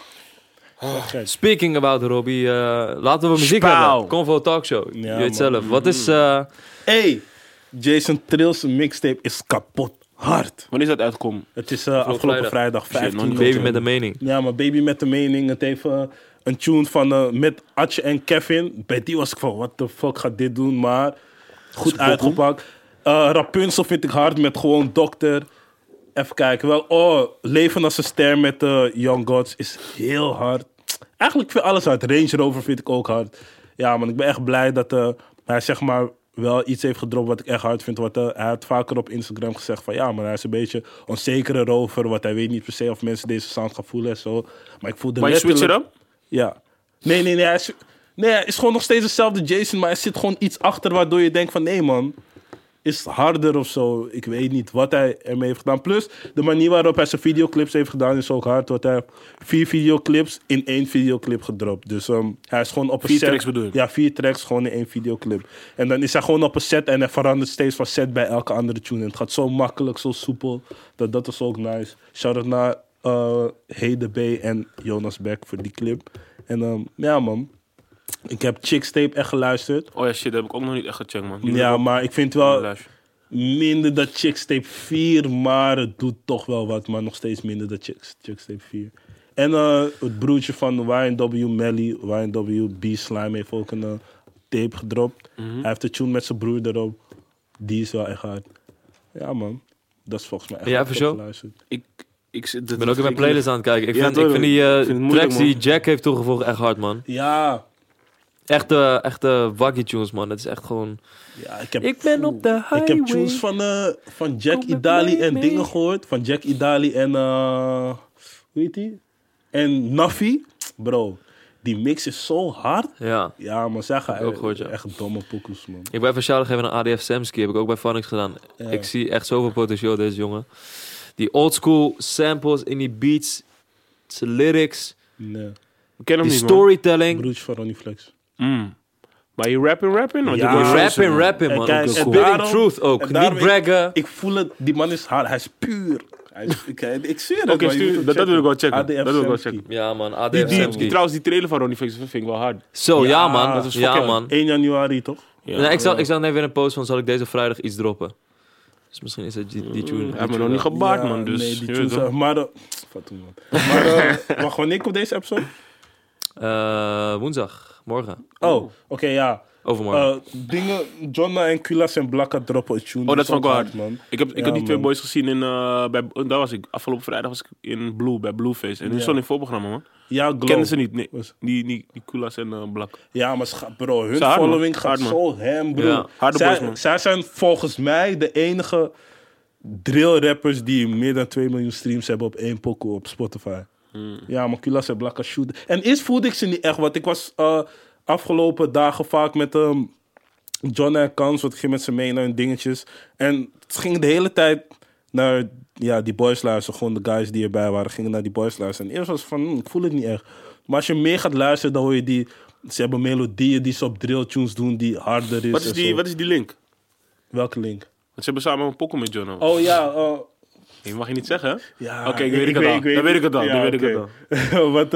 Speaker 1: Speaking about Robbie, laten we muziek
Speaker 2: Spauw.
Speaker 1: hebben. Convo Talkshow,
Speaker 3: Ja,
Speaker 1: je weet
Speaker 3: man.
Speaker 1: zelf. Wat is...
Speaker 3: Hey, Jason Trill's mixtape is kapot hard.
Speaker 2: Wanneer is dat uitkomen?
Speaker 3: Het is afgelopen vrijdag
Speaker 2: Shit, nog
Speaker 3: 15
Speaker 2: niet.
Speaker 1: Baby met een mening.
Speaker 3: Ja, maar Baby met de mening. Het heeft een tune van met Atje en Kevin. Bij die was ik van, what the fuck gaat dit doen? Maar goed uitgepakt. Rapunzel vind ik hard met gewoon Dokter. Even kijken. Wel, Leven als een ster met Young Gods is heel hard. Eigenlijk vind ik alles hard. Range Rover vind ik ook hard. Ja, man, ik ben echt blij dat hij zeg maar wel iets heeft gedropt wat ik echt hard vind. Hij had vaker op Instagram gezegd van ja, maar hij is een beetje onzeker erover. Want hij weet niet per se of mensen deze sound gaan voelen en zo. Maar ik voelde
Speaker 2: Maar je switcht
Speaker 3: letterlijk...
Speaker 2: het dan?
Speaker 3: Ja. Nee, hij is gewoon nog steeds dezelfde Jason, maar er zit gewoon iets achter waardoor je denkt van nee man, is harder of zo. Ik weet niet wat hij ermee heeft gedaan. Plus, de manier waarop hij zijn videoclips heeft gedaan is ook hard. Want hij heeft 4 videoclips in 1 videoclip gedropt. Dus hij is gewoon op een
Speaker 2: 4
Speaker 3: set.
Speaker 2: tracks bedoel je?
Speaker 3: Ja, 4 tracks gewoon in 1 videoclip. En dan is hij gewoon op een set en hij verandert steeds van set bij elke andere tune. En het gaat zo makkelijk, zo soepel. Dat is ook nice. Shout-out naar Hey The B en Jonas Beck voor die clip. En ja man, ik heb Chicks Tape echt geluisterd.
Speaker 2: Oh ja, shit, dat heb ik ook nog niet echt gecheckt, man. Die
Speaker 3: Ja,
Speaker 2: wil ik
Speaker 3: maar ik vind
Speaker 2: ook
Speaker 3: wel
Speaker 2: luisteren.
Speaker 3: minder dan Chicks Tape 4, maar het doet toch wel wat. Maar nog steeds minder dan Chicks Tape 4. En het broertje van YNW Melly, YNW B Slime, heeft ook een tape gedropt. Hij heeft een tune met zijn broer erop. Die is wel echt hard. Ja man, dat is volgens mij echt
Speaker 1: Ja,
Speaker 3: hard
Speaker 1: voor show?
Speaker 3: geluisterd.
Speaker 2: Ik
Speaker 1: Ik ben ook in mijn playlist aan het kijken. Ik
Speaker 2: Ja,
Speaker 1: vind,
Speaker 2: toch,
Speaker 1: ik vind die
Speaker 2: ik vind het moeilijk,
Speaker 1: tracks die
Speaker 2: man.
Speaker 1: Jack heeft toegevoegd echt hard, man.
Speaker 3: Ja,
Speaker 1: Echte waggy tunes, man. Het is echt gewoon...
Speaker 3: ja ik
Speaker 1: ben op de highway.
Speaker 3: Ik heb tunes van Jack
Speaker 1: Kom met
Speaker 3: Idali
Speaker 1: mij
Speaker 3: en
Speaker 1: mee.
Speaker 3: dingen gehoord. Van Jack Idali en... hoe heet die? En Nafi. Bro, Die mix is zo hard.
Speaker 1: Ja.
Speaker 3: Ja, maar zij gaan
Speaker 1: Ook gehoord, ja.
Speaker 3: echt domme pokoes, man.
Speaker 1: Ik ben even shout-out geven aan ADF Samsky. Heb ik ook bij Phonics gedaan.
Speaker 3: Ja.
Speaker 1: Ik zie echt zoveel potentieel deze jongen. Die oldschool samples in die beats. Zijn lyrics.
Speaker 3: Nee.
Speaker 2: Ik ken hem
Speaker 1: Die
Speaker 2: niet, man.
Speaker 1: storytelling.
Speaker 3: Broertje van Ronnie Flex.
Speaker 2: Maar je rapping? Want
Speaker 3: Ja.
Speaker 2: ik
Speaker 1: Die
Speaker 2: hoor
Speaker 1: rapping,
Speaker 2: man.
Speaker 1: rapping,
Speaker 3: En
Speaker 1: man.
Speaker 3: kijk,
Speaker 1: Ook
Speaker 3: en
Speaker 1: spitting
Speaker 3: daarom-
Speaker 1: truth ook.
Speaker 3: en
Speaker 1: Niet
Speaker 3: daarom
Speaker 1: braggen.
Speaker 3: Ik voel het, die man is hard, hij is puur. Ik zweer het.
Speaker 2: Oké,
Speaker 3: man, je moet hem
Speaker 2: dat wil ik wel checken.
Speaker 3: ADF
Speaker 2: Dat wil ik wel
Speaker 3: Samsky.
Speaker 2: checken.
Speaker 1: Ja, man. ADF
Speaker 2: Die,
Speaker 1: Samsky.
Speaker 2: trouwens, die trailer van Ronnie Flex vind ik wel hard.
Speaker 1: Zo, ja,
Speaker 3: Ja,
Speaker 1: man.
Speaker 3: dat
Speaker 2: is
Speaker 1: Ja,
Speaker 2: fucking
Speaker 1: man.
Speaker 3: 1 januari, toch?
Speaker 2: Ja.
Speaker 1: Nee, ik zag net weer een post van, zal ik deze vrijdag iets droppen? Dus misschien is het die tune.
Speaker 2: Hij heeft me nog niet gebaard,
Speaker 3: Ja,
Speaker 2: man. Dus,
Speaker 3: nee, die
Speaker 2: je weet
Speaker 3: tunes,
Speaker 2: toch.
Speaker 3: maar... Fatu, man. Maar wacht, wanneer komt deze episode?
Speaker 1: Woensdag. Morgen.
Speaker 3: Oh, oké, ja.
Speaker 1: Overmorgen.
Speaker 3: Dingen, Jonna en Kulas en Blakka droppen een tune.
Speaker 2: Oh, dat
Speaker 3: is
Speaker 2: vond ik
Speaker 3: ook
Speaker 2: wel hard.
Speaker 3: man.
Speaker 2: Ik heb
Speaker 3: Ja,
Speaker 2: die twee
Speaker 3: man.
Speaker 2: boys gezien in... daar was ik. Afgelopen vrijdag was ik in Blue, bij Blueface. En die
Speaker 3: Ja.
Speaker 2: stond in voorprogramma, man.
Speaker 3: Ja, Glow.
Speaker 2: Kennen ze niet, nee.
Speaker 3: Was-
Speaker 2: Die Kulas en Blak.
Speaker 3: Ja, maar bro, hun
Speaker 2: Ze hard, man.
Speaker 3: following gaat
Speaker 2: Hard, man.
Speaker 3: zo hem, bro.
Speaker 1: Ja,
Speaker 2: harde boys, man.
Speaker 3: Zij zijn volgens mij de enige drill rappers die meer dan 2 miljoen streams hebben op één pokoe op Spotify. Ja, maar Kulas en Blakka shoot. En eerst voelde ik ze niet echt, want ik was afgelopen dagen vaak met John en Kans, want ik ging met ze mee naar hun dingetjes. En het ging de hele tijd naar die boys luisteren. Gewoon de guys die erbij waren, gingen naar die boys luisteren. En eerst was het van, ik voel het niet echt. Maar als je meer gaat luisteren, dan hoor je die... Ze hebben melodieën die ze op drill tunes doen, die harder is.
Speaker 2: Wat is die link?
Speaker 3: Welke link?
Speaker 2: Want ze hebben samen een pokoe met John.
Speaker 3: Oh ja,
Speaker 2: Je mag je niet zeggen, hè?
Speaker 3: ja.
Speaker 2: Oké, ik weet het al. Dan weet ik het al.
Speaker 3: Ja,
Speaker 2: Dan weet ik het
Speaker 3: oké.
Speaker 2: al.
Speaker 3: Wat,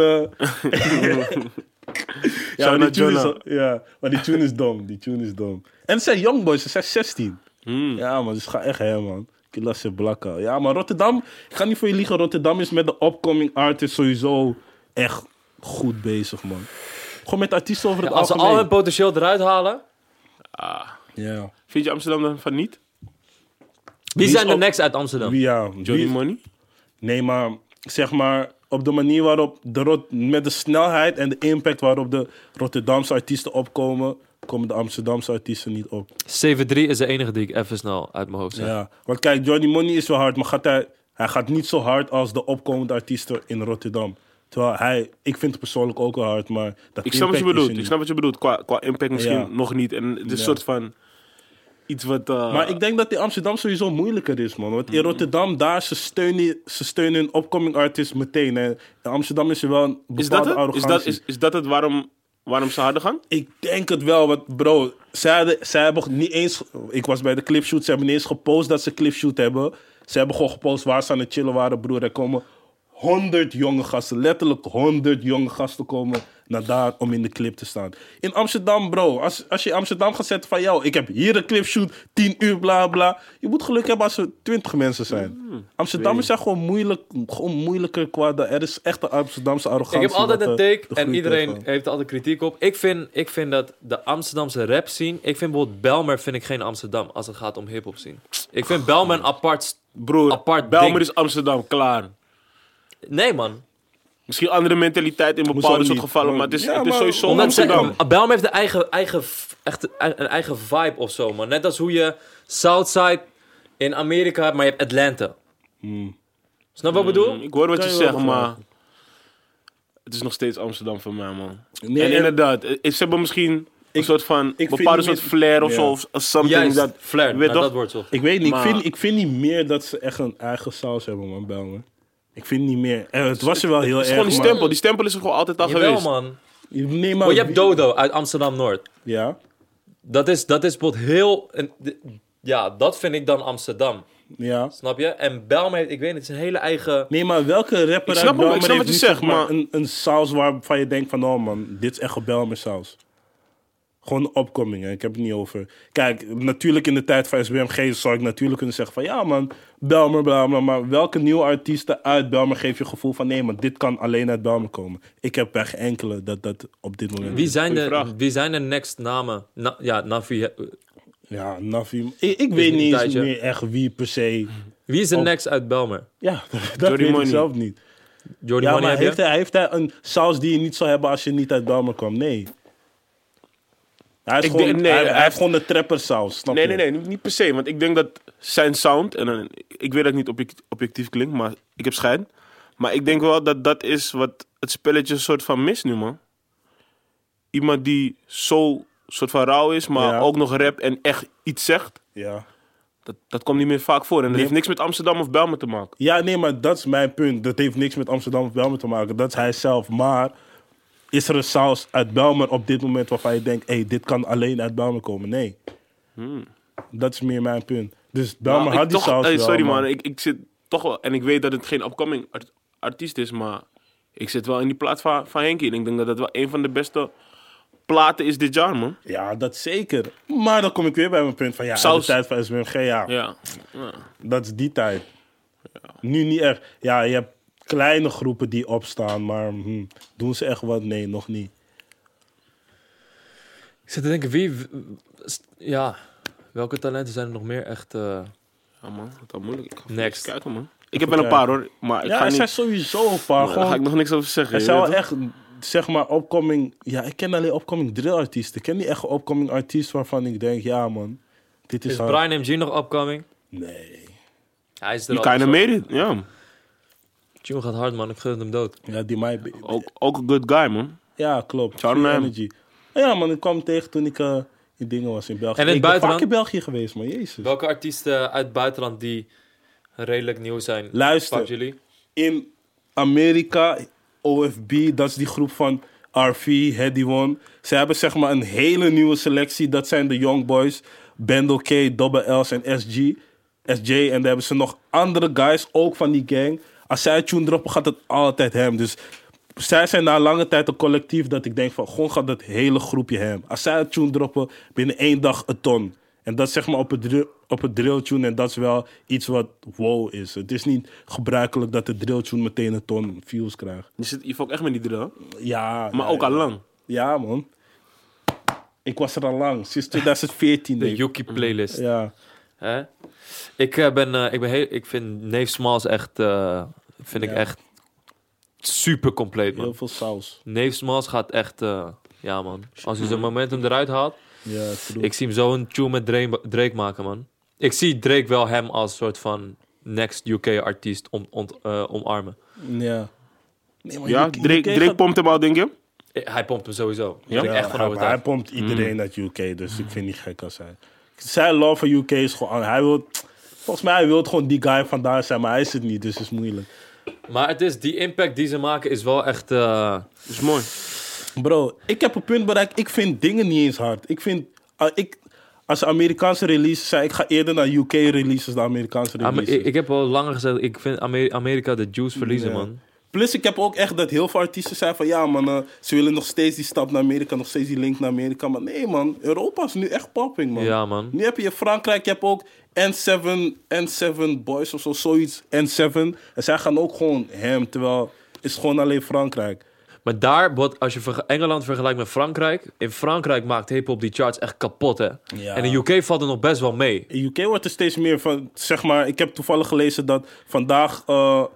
Speaker 3: ja,
Speaker 2: Shout
Speaker 3: maar die
Speaker 2: out
Speaker 3: tune is,
Speaker 2: Jonah.
Speaker 3: ja, maar die tune is dom. Die tune is dom. En ze zijn young boys, ze zijn 16. Ja, man, dus ga echt hè, man. Kilasse Blakka. Ja, maar Rotterdam, ik ga niet voor je liegen, Rotterdam is met de upcoming artists sowieso echt goed bezig, man. Gewoon met artiesten over het
Speaker 1: Als ze al
Speaker 3: algemeen.
Speaker 1: hun potentieel eruit halen.
Speaker 3: Ja.
Speaker 2: Vind je Amsterdam dan van niet?
Speaker 1: Wie
Speaker 3: is
Speaker 1: zijn de
Speaker 3: ook-
Speaker 1: next uit Amsterdam?
Speaker 3: Ja,
Speaker 2: Johnny Money?
Speaker 3: Nee, maar zeg maar op de manier waarop met de snelheid en de impact waarop de Rotterdamse artiesten opkomen, komen de Amsterdamse artiesten niet op.
Speaker 1: 7-3 is de enige die ik even snel uit mijn hoofd zeg.
Speaker 3: Ja, want kijk, Johnny Money is wel hard, maar hij gaat niet zo hard als de opkomende artiesten in Rotterdam. Terwijl ik vind het persoonlijk ook wel hard, maar dat
Speaker 2: Ik snap wat je
Speaker 3: impact is er
Speaker 2: bedoelt. Ik
Speaker 3: niet.
Speaker 2: snap wat je bedoelt. Qua impact misschien
Speaker 3: Ja.
Speaker 2: nog niet. En het is een
Speaker 3: Ja.
Speaker 2: soort van iets wat...
Speaker 3: Maar ik denk dat in Amsterdam sowieso moeilijker is, man. Want in Rotterdam, daar, ze steunen hun opkoming artist meteen. Hè. In Amsterdam is er wel een
Speaker 2: is dat
Speaker 3: bepaalde
Speaker 2: het?
Speaker 3: arrogantie.
Speaker 2: Is dat het waarom ze harder gaan?
Speaker 3: Ik denk het wel, want bro, zij hebben niet eens... Ik was bij de clipshoot, ze hebben niet eens gepost dat ze clipshoot hebben. Ze hebben gewoon gepost waar ze aan het chillen waren, broer. Er komen 100 jonge gasten, letterlijk 100 jonge gasten komen naar daar om in de clip te staan. In Amsterdam, bro, als je in Amsterdam gaat zetten van... Yo, ik heb hier een clipshoot, 10 uur, bla bla. Je moet geluk hebben als er 20 mensen zijn. Amsterdammers zijn gewoon moeilijker qua... Er is echt een Amsterdamse arrogantie.
Speaker 1: Ik heb altijd
Speaker 3: wat
Speaker 1: een
Speaker 3: de
Speaker 1: take
Speaker 3: groei
Speaker 1: en iedereen
Speaker 3: tegenhoudt.
Speaker 1: heeft er altijd kritiek op. Ik vind dat de Amsterdamse rap scene... Ik vind bijvoorbeeld Belmer vind ik geen Amsterdam als het gaat om hip-hop scene. Ik vind Belmer een apart...
Speaker 2: Broer,
Speaker 1: Apart
Speaker 2: Belmer
Speaker 1: ding.
Speaker 2: is Amsterdam, klaar.
Speaker 1: Nee, man.
Speaker 2: Misschien andere mentaliteit in bepaalde
Speaker 3: Moet
Speaker 2: soort
Speaker 3: niet.
Speaker 2: gevallen, maar het is,
Speaker 3: Ja,
Speaker 2: het is
Speaker 3: maar
Speaker 2: sowieso
Speaker 3: omdat
Speaker 2: Amsterdam.
Speaker 1: Belmer heeft een eigen vibe of zo, man. Net als hoe je Southside in Amerika hebt, maar je hebt Atlanta. Snap wat ik bedoel?
Speaker 2: Ik hoor wat
Speaker 3: Kan
Speaker 2: je
Speaker 3: je wel
Speaker 2: zegt, maar
Speaker 3: begrijpen.
Speaker 2: het is nog steeds Amsterdam voor mij, man.
Speaker 3: Nee,
Speaker 2: en inderdaad, ze hebben misschien een soort van
Speaker 3: ik vind
Speaker 2: bepaalde
Speaker 3: niet
Speaker 2: soort
Speaker 3: meer-
Speaker 2: flair of
Speaker 3: Ja.
Speaker 2: zo, of something
Speaker 1: Juist,
Speaker 2: dat...
Speaker 1: flair,
Speaker 2: weet
Speaker 1: nou,
Speaker 2: toch?
Speaker 1: dat wordt zo.
Speaker 3: Ik weet niet,
Speaker 2: Maar-
Speaker 3: ik vind niet meer dat ze echt een eigen saus hebben, man, Belmer. Ik vind niet meer... het was er wel heel
Speaker 2: Het is
Speaker 3: erg,
Speaker 2: gewoon die
Speaker 3: maar-
Speaker 2: stempel. Die stempel is er gewoon altijd al
Speaker 1: Jawel,
Speaker 2: geweest.
Speaker 1: man.
Speaker 3: Nee, maar
Speaker 1: Oh, je hebt Dodo uit Amsterdam-Noord.
Speaker 3: Ja,
Speaker 1: Dat is bijvoorbeeld heel... Ja, dat vind ik dan Amsterdam.
Speaker 3: ja.
Speaker 1: Snap je? En Belmer heeft, ik weet niet, het is een hele eigen...
Speaker 3: Nee, maar welke rapper
Speaker 2: Ik snap
Speaker 3: uit
Speaker 2: hem, ik
Speaker 3: Belmer
Speaker 2: snap
Speaker 3: heeft
Speaker 2: wat je
Speaker 3: niet,
Speaker 2: zegt,
Speaker 3: zeg maar,
Speaker 2: maar-
Speaker 3: een saus waarvan je denkt van... Oh man, dit is echt een Belmer saus. Gewoon een opkoming, hè. Ik heb het niet over... Kijk, natuurlijk in de tijd van SBMG zou ik natuurlijk kunnen zeggen van... Ja man, Belmer, bla bla. Maar welke nieuwe artiesten uit Belmer geeft je gevoel van... Nee man, dit kan alleen uit Belmer komen. Ik heb bij geen enkele dat op dit moment...
Speaker 2: Goeie vraag.
Speaker 1: Wie zijn de next namen? Navi...
Speaker 3: Ja, Navi... Ik weet
Speaker 1: niet
Speaker 3: niet
Speaker 1: een
Speaker 3: eens
Speaker 1: tijdje.
Speaker 3: meer echt wie per se...
Speaker 1: Wie is de
Speaker 3: Oh.
Speaker 1: next uit Belmer?
Speaker 3: Ja, dat weet
Speaker 2: Money.
Speaker 3: ik zelf niet.
Speaker 1: Jordy
Speaker 3: Ja,
Speaker 1: Money
Speaker 3: maar
Speaker 1: heb je?
Speaker 3: heeft hij een saus die je niet zou hebben als je niet uit Belmer kwam? Nee. Hij is
Speaker 2: Ik
Speaker 3: gewoon,
Speaker 2: denk- nee,
Speaker 3: hij
Speaker 2: hij
Speaker 3: heeft gewoon de trapper saus, snap
Speaker 2: Nee,
Speaker 3: je?
Speaker 2: nee, niet per se. Want ik denk dat zijn sound... En ik weet dat het niet objectief klinkt, maar ik heb schijn. Maar ik denk wel dat dat is wat het spelletje een soort van mist nu, man. iemand die zo soort van rauw is, maar
Speaker 3: Ja.
Speaker 2: ook nog rap en echt iets zegt.
Speaker 3: Ja.
Speaker 2: Dat komt niet meer vaak voor. En dat
Speaker 3: Nee.
Speaker 2: heeft niks met Amsterdam of Bijlmer te maken.
Speaker 3: Ja, nee, maar dat is mijn punt. Dat heeft niks met Amsterdam of Belmer te maken. Dat is hij zelf. Maar is er een saus uit Belmer op dit moment waarvan je denkt... Hé, dit kan alleen uit Belmer komen? Nee. Dat is meer mijn punt. Dus Belmer
Speaker 2: Nou,
Speaker 3: had die saus wel.
Speaker 2: sorry man, ik zit toch wel... En ik weet dat het geen upcoming artiest is, maar... Ik zit wel in die plaat van Henkie. En ik denk dat het wel een van de beste platen is dit jaar, man.
Speaker 3: Ja, dat zeker. Maar dan kom ik weer bij mijn punt van... Ja,
Speaker 2: Saus.
Speaker 3: de tijd van SBMG, ja.
Speaker 2: Ja.
Speaker 3: Dat is die tijd. Nu niet echt. Ja, je hebt kleine groepen die opstaan, maar doen ze echt wat? Nee, nog niet.
Speaker 1: Ik zit te denken, welke talenten zijn er nog meer echt...
Speaker 2: Ja man, dat is moeilijk. Ik ga
Speaker 1: Next.
Speaker 2: even kijken, man. Ik heb wel een paar, hoor. Maar ik
Speaker 3: Ja,
Speaker 2: ga
Speaker 3: er
Speaker 2: niet...
Speaker 3: zijn sowieso een paar.
Speaker 2: Daar ga ik nog niks over zeggen.
Speaker 3: Er
Speaker 2: je
Speaker 3: zijn
Speaker 2: weet
Speaker 3: wel
Speaker 2: toch?
Speaker 3: echt, zeg maar, opkoming... Ja, ik ken alleen opkoming drillartiesten. Ik ken niet echt een opkoming artiest waarvan ik denk... Ja, man, dit is
Speaker 1: Is
Speaker 3: hard.
Speaker 1: Brian MG nog upcoming?
Speaker 3: Nee.
Speaker 1: Hij is er
Speaker 2: You
Speaker 1: al.
Speaker 2: kinda made it, ja.
Speaker 1: Tune gaat hard, man. Ik gun het hem dood.
Speaker 3: Ja, die mij...
Speaker 2: Ook een good guy, man.
Speaker 3: Ja, klopt.
Speaker 2: Charm
Speaker 3: Free
Speaker 2: hem.
Speaker 3: Energy. Ja, man, ik kwam hem tegen toen ik in dingen was in België.
Speaker 1: En in het
Speaker 3: ik ben vaak
Speaker 1: buitenland?
Speaker 3: in België geweest, man. Jezus.
Speaker 1: Welke artiesten uit het buitenland die redelijk nieuw zijn?
Speaker 3: Luister.
Speaker 1: Fuck jullie.
Speaker 3: In Amerika, OFB, dat is die groep van RV, Heady One. Ze hebben zeg maar een hele nieuwe selectie. Dat zijn de Young Boys, Bando K, Double L's en SJ. En dan hebben ze nog andere guys, ook van die gang. Als zij een tune droppen, gaat het altijd hem. Dus zij zijn na lange tijd een collectief dat ik denk van... gewoon gaat dat hele groepje hem. Als zij een tune droppen, binnen 1 dag een ton. En dat is zeg maar op het drill tune. En dat is wel iets wat wow is. Het is niet gebruikelijk dat de drill tune meteen een ton views krijgt.
Speaker 2: Je fok echt met die drill, hè?
Speaker 3: Ja.
Speaker 2: Maar
Speaker 3: ja,
Speaker 2: ook
Speaker 3: ja.
Speaker 2: al lang.
Speaker 3: Ja, man. Ik was er al lang. Sinds 2014,
Speaker 1: De
Speaker 3: denk ik.
Speaker 1: Yuki playlist.
Speaker 3: Ja.
Speaker 1: Hè? Ik vind Nave Smalls echt, vind ik
Speaker 3: Ja.
Speaker 1: echt super compleet, man.
Speaker 3: Heel veel saus.
Speaker 1: Nave Smalls gaat echt, ja man. Als hij zijn momentum eruit haalt,
Speaker 3: Ja, true.
Speaker 1: ik zie hem zo een tune met Drake maken, man. Ik zie Drake wel hem als soort van next UK artiest omarmen.
Speaker 3: Ja. Nee, maar
Speaker 2: Ja,
Speaker 3: UK
Speaker 2: Drake
Speaker 3: gaat-
Speaker 2: pompt hem al, denk je?
Speaker 1: Hij pompt hem sowieso.
Speaker 2: Ja?
Speaker 1: Daar ben ik echt van
Speaker 3: hij
Speaker 1: overtuigd.
Speaker 3: pompt iedereen uit UK, dus ik vind niet gek als hij... Zijn love voor UK is gewoon... Volgens mij wil het gewoon die guy vandaar zijn, maar hij is het niet, dus het is moeilijk.
Speaker 1: Maar het is, die impact die ze maken is wel echt...
Speaker 2: Dat is mooi.
Speaker 3: Bro, ik heb een punt bereikt, ik vind dingen niet eens hard. Ik vind... als er Amerikaanse releases zijn, ik ga eerder naar UK releases dan Amerikaanse releases.
Speaker 1: ik heb al langer gezegd, ik vind Amerika de juice verliezen,
Speaker 3: Ja.
Speaker 1: man.
Speaker 3: Plus, ik heb ook echt dat heel veel artiesten zijn van... Ja, man, ze willen nog steeds die stap naar Amerika, nog steeds die link naar Amerika. Maar nee, man, Europa is nu echt popping, man.
Speaker 1: Ja, man.
Speaker 3: Nu heb je Frankrijk, je hebt ook N7 Boys of zo, zoiets. N7. En zij gaan ook gewoon hem, terwijl het is gewoon alleen Frankrijk.
Speaker 1: Maar daar, als je Engeland vergelijkt met Frankrijk... In Frankrijk maakt hiphop die charts echt kapot, hè.
Speaker 3: Ja.
Speaker 1: En in UK valt er nog best wel mee.
Speaker 3: In UK wordt er steeds meer van, zeg maar... Ik heb toevallig gelezen dat vandaag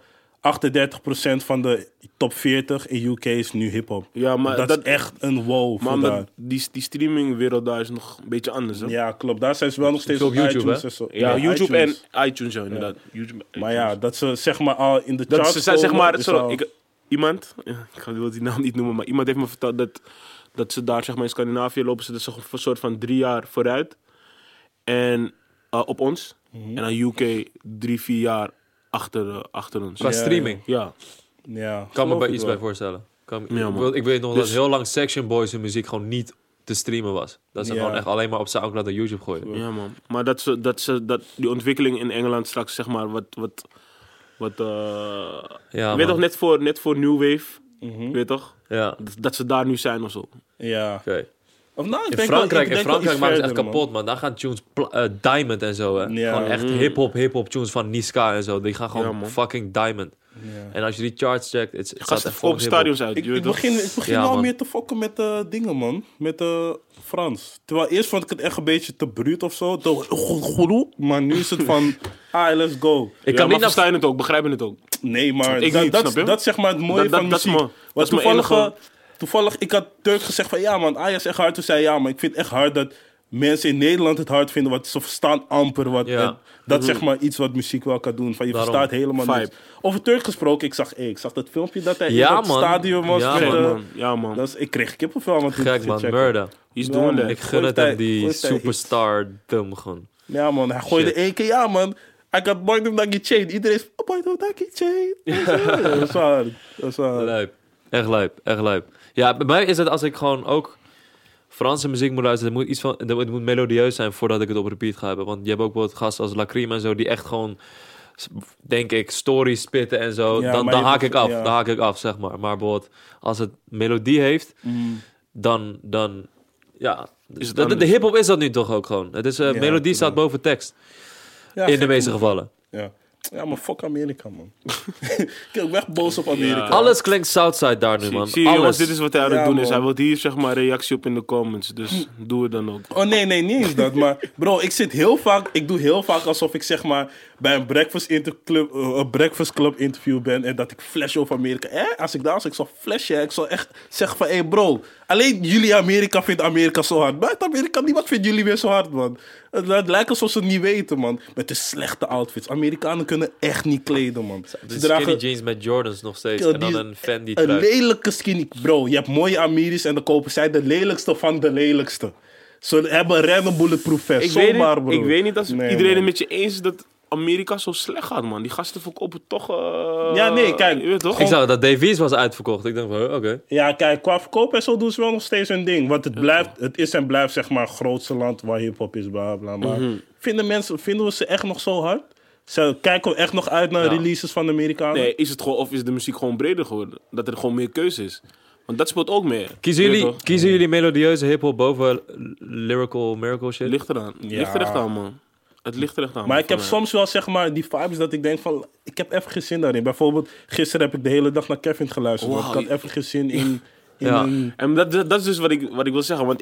Speaker 3: 38% van de top 40 in UK is nu hiphop.
Speaker 2: Ja, maar
Speaker 3: dat is echt een wow
Speaker 2: Maar
Speaker 3: voor
Speaker 2: omdat
Speaker 3: daar.
Speaker 2: die streamingwereld daar is nog een beetje anders, hè?
Speaker 3: Ja, klopt. Daar zijn ze wel nog steeds
Speaker 1: Veel
Speaker 3: op
Speaker 1: op YouTube,
Speaker 3: iTunes
Speaker 1: hè?
Speaker 3: en zo.
Speaker 2: Ja, YouTube
Speaker 3: iTunes.
Speaker 2: en iTunes, ja, inderdaad. YouTube,
Speaker 3: Maar ja, dat ze zeg maar al in de
Speaker 2: dat
Speaker 3: charts
Speaker 2: ze zijn, zeg
Speaker 3: komen,
Speaker 2: maar,
Speaker 3: is
Speaker 2: zo,
Speaker 3: al-
Speaker 2: iemand, ik wil die naam niet noemen, maar iemand heeft me verteld dat ze daar, zeg maar, in Scandinavië lopen ze dus een soort van 3 jaar vooruit. En op ons. En dan UK 3-4 jaar achter ons.
Speaker 1: Qua
Speaker 3: Ja,
Speaker 1: streaming.
Speaker 2: Ja.
Speaker 3: Ja,
Speaker 1: Kan me
Speaker 3: geloof
Speaker 1: bij
Speaker 3: ik
Speaker 1: iets
Speaker 3: wel.
Speaker 1: bij voorstellen.
Speaker 2: Ja, man.
Speaker 1: Ik weet nog dat
Speaker 2: Dus-
Speaker 1: heel lang Section Boys hun muziek gewoon niet te streamen was. Dat ze
Speaker 3: Ja.
Speaker 1: gewoon echt alleen maar op SoundCloud en YouTube gooien.
Speaker 2: Ja, man. Maar dat die ontwikkeling in Engeland straks, zeg maar,
Speaker 1: Ja,
Speaker 2: je weet
Speaker 1: man.
Speaker 2: toch, net voor New Wave, weet toch?
Speaker 1: Ja,
Speaker 2: Dat ze daar nu zijn of zo.
Speaker 3: Ja.
Speaker 1: oké.
Speaker 3: Of nou, ik
Speaker 1: In
Speaker 3: denk wel-
Speaker 1: Frankrijk,
Speaker 3: ik denk wel
Speaker 1: maken
Speaker 3: iets
Speaker 1: ze echt
Speaker 3: verder, man.
Speaker 1: kapot, man. Daar gaan tunes Diamond en zo, hè.
Speaker 3: Ja.
Speaker 1: Gewoon echt hip-hop tunes van Niska en zo. Die gaan gewoon
Speaker 2: Ja, man.
Speaker 1: fucking Diamond.
Speaker 3: Ja.
Speaker 1: En als je die charts checkt, het staat
Speaker 2: Gasten
Speaker 1: echt vol
Speaker 2: verkopen
Speaker 1: hiphop.
Speaker 2: stadions uit,
Speaker 3: Ik
Speaker 2: je weet toch?
Speaker 3: begin
Speaker 1: Ja,
Speaker 3: al
Speaker 1: man.
Speaker 3: meer te fokken met dingen, man. Met Frans. Terwijl eerst vond ik het echt een beetje te bruut of zo. Maar nu is het van, let's go.
Speaker 1: Ik
Speaker 2: Ja,
Speaker 1: kan
Speaker 2: maar
Speaker 1: niet naar...
Speaker 2: verstaan je het ook, begrijpen het ook.
Speaker 3: Nee, maar
Speaker 2: Ik
Speaker 3: dat,
Speaker 2: niet,
Speaker 3: dat,
Speaker 2: snap je?
Speaker 3: dat is zeg maar het mooie
Speaker 2: Dat-
Speaker 3: van
Speaker 2: dat is
Speaker 3: muziek.
Speaker 2: mijn-
Speaker 3: Want
Speaker 2: dat is mijn
Speaker 3: toevallig,
Speaker 2: enige-
Speaker 3: toevallig, ik had Turk gezegd van... Ja man, Ajax is echt hard. Toen zei hij, ja man, ik vind het echt hard dat mensen in Nederland het hard vinden, wat ze verstaan amper wat.
Speaker 1: Ja.
Speaker 3: En dat is zeg maar iets wat muziek wel kan doen. Van je
Speaker 1: Daarom.
Speaker 3: verstaat helemaal
Speaker 2: Vibe.
Speaker 3: niks. Over Turk gesproken, ik zag dat filmpje dat hij
Speaker 1: Ja,
Speaker 3: in het
Speaker 1: man.
Speaker 3: stadion was.
Speaker 1: Ja,
Speaker 3: met,
Speaker 2: Gek,
Speaker 1: man.
Speaker 2: man. Ja, man.
Speaker 3: ik kreeg kippenvel. Want
Speaker 1: Gek man, murder.
Speaker 2: He's
Speaker 3: Ja,
Speaker 2: doing
Speaker 3: man.
Speaker 2: that.
Speaker 1: Ik gun het
Speaker 3: Goeie
Speaker 1: hem, die
Speaker 3: tijd, goeie tijd.
Speaker 1: superstar film gewoon.
Speaker 3: Ja man, hij gooide
Speaker 1: Shit.
Speaker 3: 1 keer, ja man. I got Boydum Dagi Chain. Iedereen is, Boydum Dagi Chain. Dat is waar. Dat is waar.
Speaker 1: Lijp. Echt lijp, echt lijp. Ja, bij mij is het als ik gewoon ook Franse muziek moet luisteren, het moet melodieus zijn voordat ik het op repeat ga hebben. Want je hebt ook bijvoorbeeld gasten als Lacrime en zo, die echt gewoon, denk ik, stories spitten en zo.
Speaker 3: Ja,
Speaker 1: Dan
Speaker 3: maar je
Speaker 1: haak
Speaker 3: moet-
Speaker 1: ik af,
Speaker 3: ja.
Speaker 1: dan haak ik af, zeg maar. Maar bijvoorbeeld, als het melodie heeft, dan ja.
Speaker 2: Is het
Speaker 1: De
Speaker 2: anders?
Speaker 1: hip-hop is dat nu toch ook gewoon. Het is, melodie
Speaker 3: klopt.
Speaker 1: staat boven tekst,
Speaker 3: Ja,
Speaker 1: in de
Speaker 3: gek,
Speaker 1: meeste
Speaker 3: man.
Speaker 1: gevallen.
Speaker 3: Ja, maar fuck Amerika, man. Ik ben echt boos op Amerika.
Speaker 2: Ja.
Speaker 1: Alles klinkt Southside daar nu, man.
Speaker 2: Zie je, jongens,
Speaker 1: Alles.
Speaker 2: dit is wat hij aan het
Speaker 3: Ja,
Speaker 2: doen is.
Speaker 3: man.
Speaker 2: Hij wil hier zeg maar reactie op in de comments. Dus doe het dan ook.
Speaker 3: Oh nee, niet eens dat. Maar bro, ik doe heel vaak alsof ik zeg maar bij een breakfast club interview ben en dat ik flash over Amerika. Als ik daar was, ik zal flashen. Ik zal echt zeggen van, hey bro, alleen jullie Amerika vindt Amerika zo hard. Buiten Amerika, niemand vindt jullie weer zo hard, man. Het lijkt alsof ze het niet weten, man. Met de slechte outfits. Amerikanen kunnen echt niet kleden, man.
Speaker 1: De skinny jeans met Jordans nog steeds. En dan een Fendi trui.
Speaker 3: Een lelijke skinny... Bro, je hebt mooie Amiris en dan kopen zij de lelijkste van de lelijkste. Ze hebben een random bulletproof vest. Zomaar, bro.
Speaker 2: Ik weet niet als
Speaker 3: Nee,
Speaker 2: iedereen
Speaker 3: man.
Speaker 2: het met je eens is dat Amerika zo slecht gaat, man. Die gasten verkopen toch...
Speaker 3: Ja, nee, kijk.
Speaker 2: Je weet toch?
Speaker 1: Ik zag dat Davies was uitverkocht. Ik dacht van, oké.
Speaker 3: Ja, kijk, qua verkoop en zo doen ze wel nog steeds hun ding. Want het is en blijft zeg maar het grootste land waar hip-hop is, bla bla. Maar vinden we ze echt nog zo hard? Kijken we echt nog uit naar
Speaker 1: Ja.
Speaker 3: releases van de Amerikanen?
Speaker 2: Nee, is het gewoon, of is de muziek gewoon breder geworden? Dat er gewoon meer keuze is. Want dat speelt ook mee.
Speaker 1: Kiezen
Speaker 2: Je weet
Speaker 1: jullie,
Speaker 2: toch?
Speaker 1: kiezen jullie melodieuze hip-hop boven lyrical miracle shit?
Speaker 2: Ligt eraan.
Speaker 3: Ja.
Speaker 2: Ligt er echt aan, man. Het ligt er echt aan.
Speaker 3: Maar
Speaker 2: man,
Speaker 3: ik heb
Speaker 2: voor mij.
Speaker 3: soms wel zeg maar die vibes dat ik denk van... Ik heb even geen zin daarin. Bijvoorbeeld, gisteren heb ik de hele dag naar Kevin geluisterd. Want ik
Speaker 2: Wow.
Speaker 3: had even geen zin in
Speaker 1: Ja.
Speaker 3: een...
Speaker 2: En dat is dus wat ik wil zeggen. Want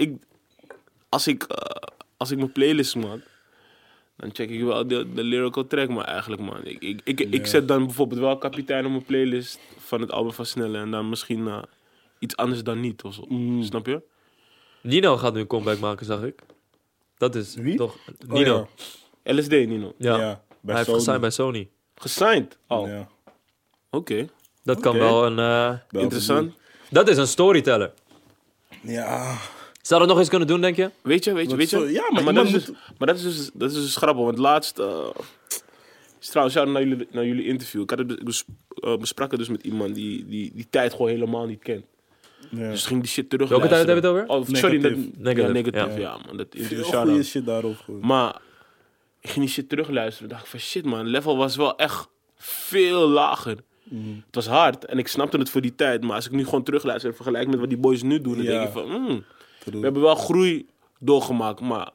Speaker 2: als ik mijn playlist maak, dan check ik wel de lyrical track, maar eigenlijk, man. Ik zet dan bijvoorbeeld wel Kapitein op mijn playlist van het album van Snelle. En dan misschien iets anders dan niet, of zo. Snap je?
Speaker 1: Nino gaat nu een comeback maken, zag ik. Dat is
Speaker 3: Wie?
Speaker 1: toch...
Speaker 3: Oh,
Speaker 1: Nino.
Speaker 3: ja.
Speaker 2: LSD, Nino.
Speaker 1: Ja.
Speaker 3: Ja, bij
Speaker 1: Hij heeft
Speaker 3: Sony.
Speaker 1: gesigned bij Sony.
Speaker 2: Gesigned? Oh,
Speaker 3: Ja.
Speaker 2: oké.
Speaker 1: Dat kan
Speaker 3: Oké.
Speaker 1: wel een...
Speaker 3: Wel
Speaker 2: Interessant.
Speaker 1: dat is een storyteller.
Speaker 3: Ja.
Speaker 1: Zou dat nog eens kunnen doen, denk je?
Speaker 2: Weet je?
Speaker 3: zo- ja, maar
Speaker 2: dat,
Speaker 3: iemand
Speaker 2: is dus grappig. Want laatst... trouwens, shout-out naar jullie interview. Ik besprak het dus met iemand die tijd gewoon helemaal niet kent.
Speaker 3: Ja.
Speaker 2: Dus ging die shit terug.
Speaker 1: Welke tijd hebben we het over?
Speaker 2: Oh, sorry,
Speaker 3: Negatief.
Speaker 1: Negatief,
Speaker 2: negatief.
Speaker 1: ja.
Speaker 2: Ja, man. Dat interview,
Speaker 3: Veel
Speaker 2: shout-out.
Speaker 3: goede shit daarover gehoord.
Speaker 2: Maar ik ging die shit terugluisteren. dacht ik van shit, man. Level was wel echt veel lager. Het was hard en ik snapte het voor die tijd. Maar als ik nu gewoon terugluister en vergelijk met wat die boys nu doen, dan
Speaker 3: Ja.
Speaker 2: denk ik van,
Speaker 3: True.
Speaker 2: we hebben wel groei doorgemaakt. Maar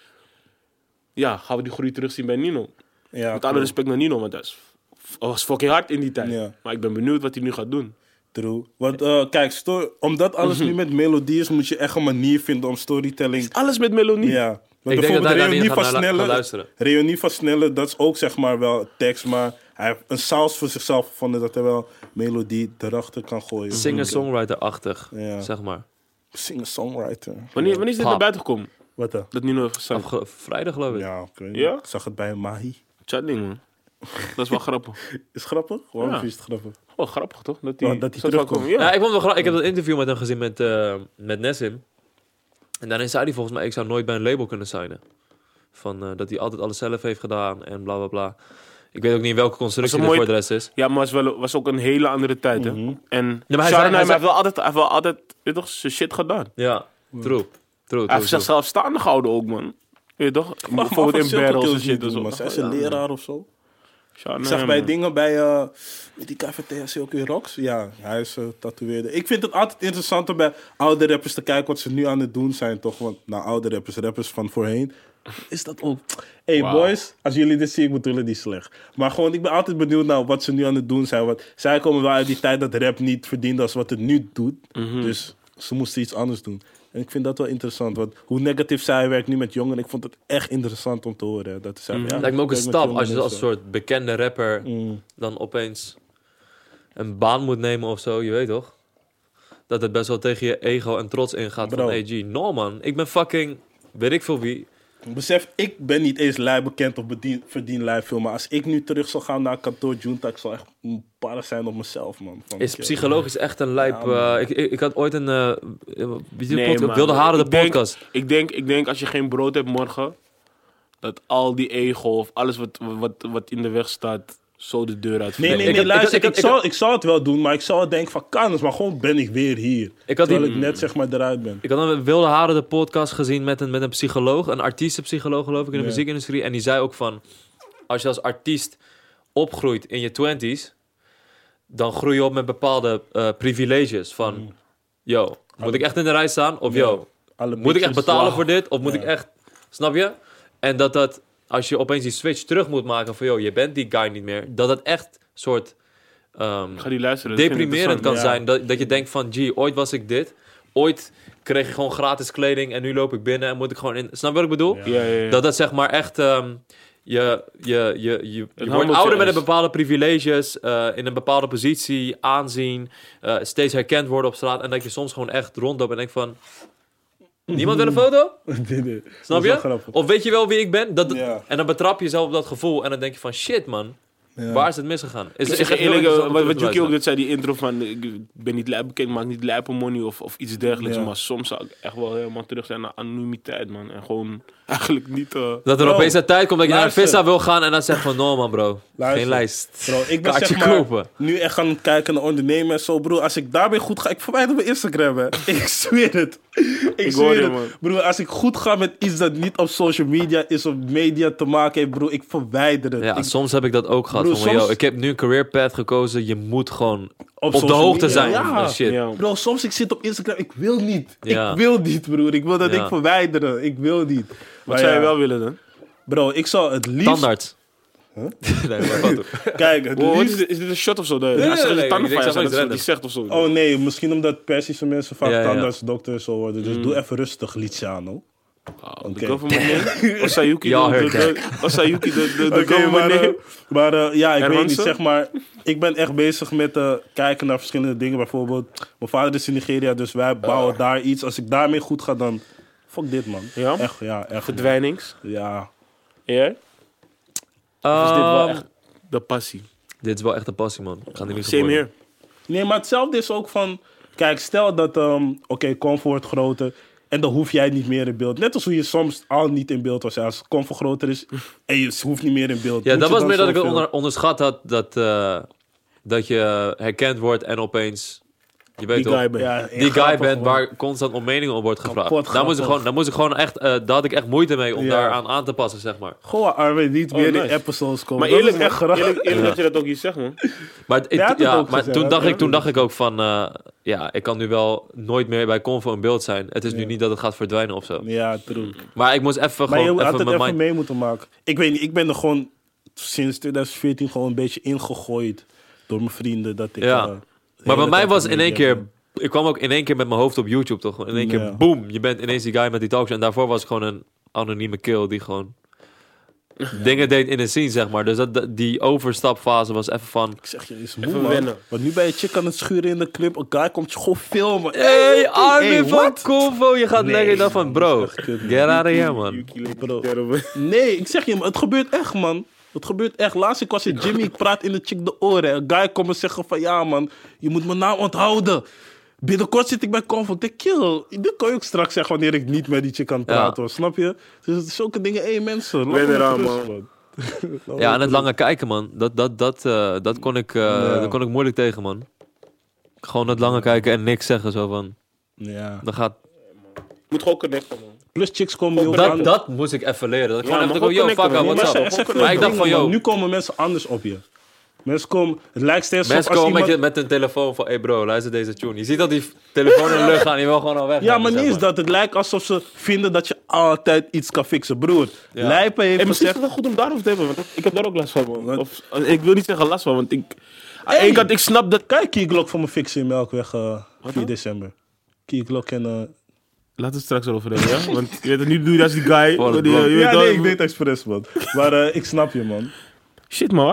Speaker 2: ja, gaan we die groei terugzien bij Nino?
Speaker 3: Ja,
Speaker 2: Met alle
Speaker 3: true.
Speaker 2: respect naar Nino, want dat was fucking hard in die tijd.
Speaker 3: Ja.
Speaker 2: Maar ik ben benieuwd wat hij nu gaat doen.
Speaker 3: True. Want kijk, omdat alles nu met melodie is, moet je echt een manier vinden om storytelling...
Speaker 2: Alles met melodie.
Speaker 3: Ja. Want
Speaker 1: Ik denk dat hij daar niet
Speaker 3: van
Speaker 1: gaat
Speaker 3: Snelle,
Speaker 1: luisteren.
Speaker 3: Reunie van Snelle, dat is ook zeg maar wel tekst, maar hij heeft een saus voor zichzelf gevonden dat hij wel melodie erachter kan gooien.
Speaker 1: Singer-songwriter-achtig,
Speaker 3: Ja.
Speaker 1: zeg maar.
Speaker 3: Singer-songwriter.
Speaker 2: Wanneer is dit
Speaker 1: Pap.
Speaker 2: naar buiten gekomen?
Speaker 3: Wat dan?
Speaker 2: Dat Nino heeft gezegd.
Speaker 1: Vrijdag, geloof ik.
Speaker 3: Ja, ik weet niet.
Speaker 2: Ja?
Speaker 3: Ik zag het bij Mahi.
Speaker 2: Chatting, man. Dat is wel grappig.
Speaker 3: Is het grappig? Waarom
Speaker 2: Ja.
Speaker 3: is het grappig?
Speaker 2: Oh, grappig toch? Dat
Speaker 3: Oh,
Speaker 2: hij
Speaker 3: dat hij
Speaker 2: soort van
Speaker 3: terugkomt.
Speaker 2: komt. Ja.
Speaker 1: Ja, ik vond het wel grappig. Ik heb dat interview met hem gezien met Nessim. En daarin zei hij volgens mij, ik zou nooit bij een label kunnen signen. Van, dat hij altijd alles zelf heeft gedaan en bla bla bla. Ik weet ook niet welke constructie
Speaker 2: Dat
Speaker 1: er
Speaker 2: is
Speaker 1: voor
Speaker 2: een
Speaker 1: de rest is.
Speaker 2: Ja, maar het was ook een hele andere tijd, hè? En
Speaker 1: Ja, maar hij
Speaker 2: shout-out
Speaker 1: zei-
Speaker 2: naar hem,
Speaker 1: hij
Speaker 2: hij heeft wel altijd weet je toch, zijn shit gedaan.
Speaker 1: Ja, true.
Speaker 2: Hij heeft zichzelf staande gehouden ook, man. Weet je toch? Bijvoorbeeld in battles en shit. en zo.
Speaker 3: Maar zij is een leraar of zo.
Speaker 2: Shout-out
Speaker 3: Ik
Speaker 2: naar
Speaker 3: zag
Speaker 2: hem,
Speaker 3: bij
Speaker 2: man.
Speaker 3: dingen bij die KVTS ook in Rocks. Ja, hij is tatoeëerder. Ik vind het altijd interessant om bij oude rappers te kijken wat ze nu aan het doen zijn, toch? Want nou, oude rappers van voorheen, is dat ook... Hey
Speaker 2: Wow.
Speaker 3: boys, als jullie dit zien, ik bedoel het niet slecht. Maar gewoon, ik ben altijd benieuwd naar wat ze nu aan het doen zijn. Want zij komen wel uit die tijd dat rap niet verdiende als wat het nu doet. Dus ze moesten iets anders doen. En ik vind dat wel interessant. Want hoe negatief zij werkt nu met jongeren, ik vond het echt interessant om te horen. hè, Dat ze zeggen, ja,
Speaker 1: Lijkt me ook een
Speaker 3: ik werk met
Speaker 1: stap
Speaker 3: jongeren
Speaker 1: als je
Speaker 3: en
Speaker 1: als
Speaker 3: zo.
Speaker 1: soort bekende rapper dan opeens een baan moet nemen of zo, je weet toch? Dat het best wel tegen je ego en trots ingaat
Speaker 3: Bro.
Speaker 1: van, hey G, no man, ik ben fucking weet ik veel wie.
Speaker 3: Besef, ik ben niet eens lui bekend of verdien lui veel. Maar als ik nu terug zou gaan naar kantoor Junta, ik zou echt een para zijn op mezelf, man.
Speaker 1: Is psychologisch echt een lijp...
Speaker 3: Ja,
Speaker 1: ik had ooit een...
Speaker 2: Nee, man.
Speaker 1: Wilde Haren, de
Speaker 2: Ik
Speaker 1: podcast.
Speaker 2: Ik denk als je geen brood hebt morgen, dat al die ego of alles wat in de weg staat, zo de deur uit.
Speaker 3: Nee, luister, ik zou het wel doen, maar ik zou denken van, kan eens, maar gewoon ben ik weer hier. Terwijl ik net, zeg maar, eruit ben.
Speaker 1: Ik had een Wilde Haren, de podcast gezien met een psycholoog, een artiestenpsycholoog geloof ik in de muziekindustrie. En die zei ook van, als je als artiest opgroeit in je 20's, dan groei je op met bepaalde privileges. Van, yo, moet ik echt in de rij staan? Of yo, moet ik echt betalen voor dit? Of moet ik echt, snap je? En dat als je opeens die switch terug moet maken van, yo, je bent die guy niet meer. Dat het echt soort
Speaker 2: Ga die luisteren.
Speaker 1: deprimerend kan zijn. Dat je denkt van, gee, ooit was ik dit. Ooit kreeg ik gewoon gratis kleding en nu loop ik binnen en moet ik gewoon in... Snap je wat ik bedoel?
Speaker 2: Ja.
Speaker 1: Dat zeg maar echt... Je wordt ouder met een bepaalde privileges, in een bepaalde positie, aanzien, steeds herkend worden op straat. En dat je soms gewoon echt rondloopt en denkt van... Niemand wil een foto?
Speaker 3: Nee.
Speaker 1: Snap
Speaker 3: Dat is
Speaker 1: je?
Speaker 3: wel grappig.
Speaker 1: Of weet je wel wie ik ben?
Speaker 3: Ja.
Speaker 1: En dan betrap je jezelf op dat gevoel en dan denk je van... Shit man, waar is het misgegaan?
Speaker 2: Ik zeg je eerlijk, wat Yuki ook net zei, die intro van... Ik ben niet lijp bekend, maak niet lijp money of iets dergelijks.
Speaker 3: Ja.
Speaker 2: Maar soms zou ik echt wel helemaal terug zijn naar anonimiteit, man. En gewoon eigenlijk niet...
Speaker 1: Dat er opeens een tijd komt dat je naar een
Speaker 3: luister.
Speaker 1: vissa wil gaan en dan zegt van... No man bro,
Speaker 3: Luister.
Speaker 1: geen lijst.
Speaker 3: Bro, ik ben
Speaker 1: Kaartje
Speaker 3: zeg maar
Speaker 1: kopen.
Speaker 3: nu echt gaan kijken naar ondernemen en zo, broer. Als ik daarmee goed ga, ik verwijder mijn Instagram, hè. Ik zweer het. Ik
Speaker 2: hoor
Speaker 3: zweer
Speaker 2: je,
Speaker 3: het.
Speaker 2: man.
Speaker 3: Broer, als ik goed ga met iets dat niet op social media is, of media te maken heeft, broer, ik verwijder het.
Speaker 1: Ja, soms heb ik dat ook gehad.
Speaker 3: Broer,
Speaker 1: Van,
Speaker 3: soms-
Speaker 1: yo, ik heb nu een career path gekozen. Je moet gewoon op de
Speaker 3: social
Speaker 1: hoogte
Speaker 3: media,
Speaker 1: zijn.
Speaker 3: ja.
Speaker 1: van shit.
Speaker 2: Ja.
Speaker 3: Bro, soms ik zit op Instagram, ik wil niet.
Speaker 1: Ja.
Speaker 3: Ik wil niet, broer. Ik wil dat
Speaker 1: Ja.
Speaker 3: ik verwijderen. Ik wil niet.
Speaker 2: Wat
Speaker 3: Maar
Speaker 2: zou je
Speaker 3: ja,
Speaker 2: wel willen dan?
Speaker 3: Bro, ik zou het liefst...
Speaker 1: Tandarts. nee, maar wat doen?
Speaker 3: Kijk, het
Speaker 2: Wow,
Speaker 3: liefst...
Speaker 2: is dit een shot of zo?
Speaker 1: nee,
Speaker 2: Als er
Speaker 1: nee,
Speaker 2: een tanden
Speaker 1: ik
Speaker 2: van je
Speaker 1: zeg
Speaker 2: zijn,
Speaker 1: iets
Speaker 2: dat
Speaker 1: random.
Speaker 2: die zegt of zo.
Speaker 3: Oh nee, misschien omdat Persische mensen vaak
Speaker 1: Ja.
Speaker 3: tandartsdokter zo worden. Dus doe even rustig, Luciano.
Speaker 2: De government Osayuki,
Speaker 1: Y'all heard
Speaker 2: de
Speaker 3: Oké,
Speaker 2: government.
Speaker 3: maar ja, ik weet niet,
Speaker 2: Hermansen?
Speaker 3: zeg maar... Ik ben echt bezig met kijken naar verschillende dingen. Bijvoorbeeld, mijn vader is in Nigeria, dus wij bouwen daar iets. Als ik daarmee goed ga, dan... Fuck dit, man.
Speaker 2: Ja?
Speaker 3: Echt, echt.
Speaker 2: Verdwijnings.
Speaker 3: Ja.
Speaker 2: Ja? Of is dit wel echt de passie?
Speaker 1: Dit is wel echt een passie, man. Ik ga die niet
Speaker 2: Same
Speaker 1: supporten.
Speaker 2: here.
Speaker 3: Nee, maar hetzelfde is ook van... Kijk, stel dat... Oké, comfort wordt groter. En dan hoef jij niet meer in beeld. Net als hoe je soms al niet in beeld was. Ja, als comfort groter is en je hoeft niet meer in beeld.
Speaker 1: Ja,
Speaker 3: Moet
Speaker 1: dat
Speaker 3: je
Speaker 1: was
Speaker 3: dan
Speaker 1: meer dat ik het
Speaker 3: zoveel-
Speaker 1: onderschat had. Dat je herkend wordt en opeens... Je weet
Speaker 2: Die
Speaker 1: toch,
Speaker 2: guy ben.
Speaker 3: Ja,
Speaker 1: die guy
Speaker 3: grappig,
Speaker 1: bent
Speaker 3: man.
Speaker 1: waar constant om meningen op wordt gevraagd.
Speaker 3: Kapot
Speaker 1: Daar moest
Speaker 3: grappig.
Speaker 1: ik gewoon echt... daar had ik echt moeite mee om
Speaker 3: Ja.
Speaker 1: daaraan aan te passen, zeg maar.
Speaker 3: Gewoon Armin niet meer
Speaker 2: nice.
Speaker 3: in episodes komen.
Speaker 2: Maar
Speaker 3: Dat
Speaker 2: eerlijk,
Speaker 3: is echt
Speaker 2: man,
Speaker 3: grappig.
Speaker 2: eerlijk dat je dat ook hier zegt, man.
Speaker 1: Maar,
Speaker 3: Hij had het ook
Speaker 1: maar
Speaker 3: gezegd,
Speaker 1: toen,
Speaker 3: hè?
Speaker 1: dacht ik ook van... ja, ik kan nu wel nooit meer bij Convo in beeld zijn. Het is nu niet dat het gaat verdwijnen of zo.
Speaker 3: Ja, true.
Speaker 1: Maar ik moest even
Speaker 3: Maar je
Speaker 1: gewoon
Speaker 3: had het
Speaker 1: mijn
Speaker 3: even
Speaker 1: mind...
Speaker 3: mee moeten maken. Ik weet niet, ik ben er gewoon sinds 2014 gewoon een beetje ingegooid door mijn vrienden. Dat ik,
Speaker 1: Ja.
Speaker 3: de
Speaker 1: Maar bij
Speaker 3: hele
Speaker 1: mij
Speaker 3: tijd
Speaker 1: was
Speaker 3: een
Speaker 1: in één
Speaker 3: media
Speaker 1: keer... Ik kwam ook in één keer met mijn hoofd op YouTube, toch? In één keer,
Speaker 3: Ja.
Speaker 1: boom, je bent ineens die guy met die talkshow. En daarvoor was ik gewoon een anonieme kill die gewoon dingen deed in de scene, zeg maar. Dus die overstapfase was even van...
Speaker 3: Ik zeg je, is
Speaker 2: Even
Speaker 3: moe, man.
Speaker 2: wennen.
Speaker 3: Want nu ben je chick aan het schuren in de club. Een guy komt je gewoon filmen.
Speaker 1: Hey, Armin
Speaker 3: hey,
Speaker 1: van
Speaker 3: what?
Speaker 1: Convo, je gaat
Speaker 3: Nee,
Speaker 1: lekker dan van...
Speaker 3: man,
Speaker 1: Bro,
Speaker 3: dat is echt kut, man.
Speaker 1: get out of here, man.
Speaker 2: Yuki leek
Speaker 3: Bro.
Speaker 2: sterven.
Speaker 3: Nee, ik zeg je, maar het gebeurt echt, man. Het gebeurt echt. Laatst ik was in Jimmy, ik praat in de chick de oren. Een guy komt me zeggen van, ja man, je moet mijn naam onthouden. Binnenkort zit ik bij Convo. Ik denk, kill, dit kan je ook straks zeggen wanneer ik niet met die chick kan praten, hoor. Snap je? Dus zulke dingen, mensen. laat
Speaker 2: Ben
Speaker 3: me
Speaker 2: eraan,
Speaker 3: met rust,
Speaker 2: man.
Speaker 3: Laat
Speaker 1: Ja,
Speaker 3: me
Speaker 1: en het
Speaker 3: met
Speaker 1: lange kijken, man. Dat kon ik moeilijk tegen, man. Gewoon het lange kijken en niks zeggen, zo van...
Speaker 3: rust. Ja.
Speaker 1: Dan gaat...
Speaker 2: Moet gewoon connecten, man.
Speaker 3: Plus chicks komen heel
Speaker 1: Dat moest ik even leren. Dat ik
Speaker 2: Ja,
Speaker 1: gewoon
Speaker 2: maar
Speaker 1: even
Speaker 2: gewoon
Speaker 1: yo, fuck
Speaker 2: connecten,
Speaker 1: up,
Speaker 2: man.
Speaker 1: what's
Speaker 2: Maar
Speaker 1: up?
Speaker 2: zeg
Speaker 3: even
Speaker 1: Maar ik dacht van, yo...
Speaker 3: nu komen mensen anders op je. Mensen komen, het lijkt steeds
Speaker 1: Mensen
Speaker 3: alsof
Speaker 1: komen
Speaker 3: als iemand...
Speaker 1: met een telefoon van... Hey bro, luister deze tune. Je ziet dat die telefoon in de lucht gaan. Die wil gewoon al weg.
Speaker 3: Ja, maar niet eens dat. Het lijkt alsof ze vinden dat je altijd iets kan fixen. Broer,
Speaker 1: Ja.
Speaker 3: Lijpen heeft
Speaker 2: En misschien is
Speaker 3: gezegd...
Speaker 2: het wel goed om daarover te hebben, want ik heb daar ook last van, man. Of, ik wil niet zeggen last van, want ik... Aan
Speaker 3: Hey.
Speaker 2: één kant, ik snap dat...
Speaker 3: Kijk, Key Glock voor me fixen in Melkweg 4 december. Key Glock en...
Speaker 2: Laten we het straks erover hebben, ja? Want je weet het, nu doe je als die guy.
Speaker 1: Voor het
Speaker 2: die,
Speaker 1: blok.
Speaker 2: je weet
Speaker 3: ja,
Speaker 2: wel-
Speaker 3: nee, ik deed het expres, man. Maar ik snap je, man.
Speaker 2: Shit, man. Wat?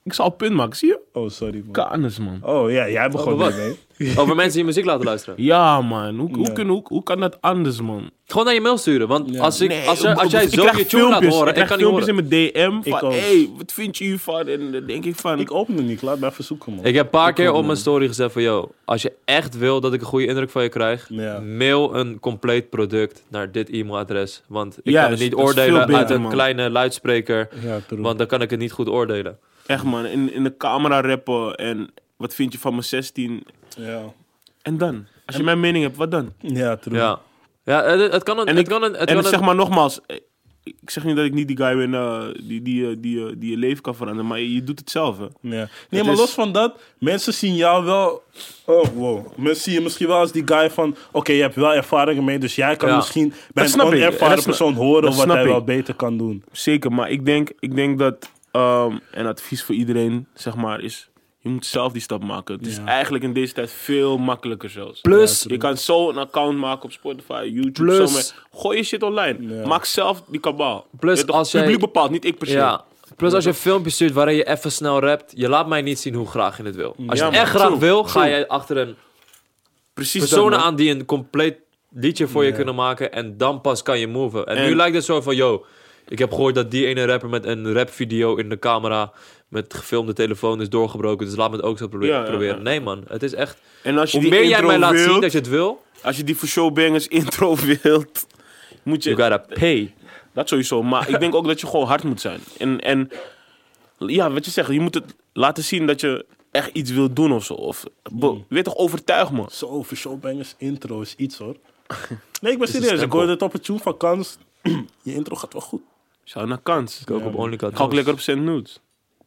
Speaker 2: Ik zal een punt maken, zie je?
Speaker 3: Oh, sorry, man.
Speaker 2: Kanus, man.
Speaker 3: Oh, ja, jij begon
Speaker 1: wat?
Speaker 3: ermee.
Speaker 1: Over mensen die muziek laten luisteren.
Speaker 2: Ja, man.
Speaker 3: Ja.
Speaker 2: Hoe kan dat anders, man?
Speaker 1: Gewoon naar je mail sturen. Want
Speaker 3: Ja.
Speaker 1: als jij
Speaker 2: ik
Speaker 1: zo
Speaker 2: krijg
Speaker 1: je tune laat
Speaker 2: filmpjes.
Speaker 1: horen,
Speaker 2: Ik krijg
Speaker 1: ik kan niet
Speaker 2: filmpjes
Speaker 1: horen.
Speaker 2: in mijn DM
Speaker 3: Ik
Speaker 2: van,
Speaker 3: ook.
Speaker 2: hey, wat vind je hiervan? En dan denk ik van...
Speaker 3: Ik open het niet, laat me even zoeken, man.
Speaker 1: Ik heb een paar keer
Speaker 3: ook,
Speaker 1: op
Speaker 3: man.
Speaker 1: mijn story gezegd van... Yo, als je echt wil dat ik een goede indruk van je krijg...
Speaker 3: Ja.
Speaker 1: Mail een compleet product naar dit e-mailadres. Want ik
Speaker 2: Juist,
Speaker 1: kan het niet
Speaker 2: dat is veel
Speaker 1: oordelen
Speaker 2: beter,
Speaker 1: uit een
Speaker 2: man.
Speaker 1: kleine luidspreker.
Speaker 3: Ja, true.
Speaker 1: Want dan kan ik het niet goed oordelen.
Speaker 2: Echt, man. In de camera rappen en wat vind je van mijn 16?
Speaker 3: Ja.
Speaker 2: En dan? Als je mijn mening hebt, wat dan?
Speaker 3: Ja, true.
Speaker 1: Ja, ja het kan een...
Speaker 2: En
Speaker 1: het kan een, het
Speaker 2: En
Speaker 1: kan
Speaker 2: zeg
Speaker 1: een-
Speaker 2: maar nogmaals, ik zeg niet dat ik niet die guy ben die je leven kan veranderen, maar je doet het zelf, hè.
Speaker 3: Ja. Nee,
Speaker 2: Het
Speaker 3: maar
Speaker 2: is-
Speaker 3: los van dat, mensen zien jou wel... Oh, wow. Mensen zien je misschien wel als die guy van... Oké, je hebt wel ervaringen mee, dus jij kan
Speaker 1: Ja.
Speaker 3: misschien bij een
Speaker 2: snap ik.
Speaker 3: onervaren
Speaker 2: Dat
Speaker 3: persoon horen
Speaker 2: dat
Speaker 3: wat
Speaker 2: snap
Speaker 3: hij
Speaker 2: ik.
Speaker 3: wel beter kan doen.
Speaker 2: Zeker, maar ik denk dat, en advies voor iedereen, zeg maar, is... Je moet zelf die stap maken. Het is
Speaker 3: Ja.
Speaker 2: eigenlijk in deze tijd veel makkelijker zelfs.
Speaker 1: Plus,
Speaker 2: Je kan zo een account maken op Spotify, YouTube.
Speaker 1: Plus-
Speaker 2: Zo met, gooi je shit online.
Speaker 3: Ja.
Speaker 2: Maak zelf die kabaal.
Speaker 1: Plus
Speaker 2: Je weet toch,
Speaker 1: als jij-
Speaker 2: publiek bepaalt, niet ik per se.
Speaker 1: ja. Plus als je een filmpje stuurt waarin je even snel rapt... Je laat mij niet zien hoe graag je het wil. Als je
Speaker 2: Ja,
Speaker 1: het echt
Speaker 2: man.
Speaker 1: graag
Speaker 2: True.
Speaker 1: wil, ga
Speaker 2: True.
Speaker 1: je achter een
Speaker 2: Precies dat,
Speaker 1: personen
Speaker 2: man.
Speaker 1: aan die een compleet liedje voor je
Speaker 3: Ja.
Speaker 1: kunnen maken. En dan pas kan je moven. En nu
Speaker 2: En-
Speaker 1: lijkt het zo van, yo, ik heb gehoord dat die ene rapper met een rapvideo in de camera met gefilmde telefoon is doorgebroken. Dus laat me het ook zo
Speaker 2: Ja,
Speaker 1: proberen.
Speaker 2: ja.
Speaker 1: Nee man, het is echt...
Speaker 2: En als je
Speaker 1: Hoe
Speaker 2: die
Speaker 1: meer jij
Speaker 2: intro
Speaker 1: mij laat
Speaker 2: wilt,
Speaker 1: zien dat je het wil,
Speaker 2: als je die voor showbangers intro wilt, moet
Speaker 1: you
Speaker 2: je...
Speaker 1: gotta pay.
Speaker 2: Dat sowieso, maar ik denk ook dat je gewoon hard moet zijn. En ja, wat je zegt, je moet het laten zien dat je echt iets wilt doen of zo. Of, je weet toch, overtuig me.
Speaker 3: Zo, voor Showbangers intro is iets, hoor. Nee, ik ben
Speaker 1: is een
Speaker 3: serieus. Ik
Speaker 1: stempel.
Speaker 3: hoorde het op het tune van Kans. Je intro gaat wel goed.
Speaker 2: Zou naar kans.
Speaker 1: Ik ook op OnlyCat.
Speaker 2: Ga ook lekker op Send Nudes.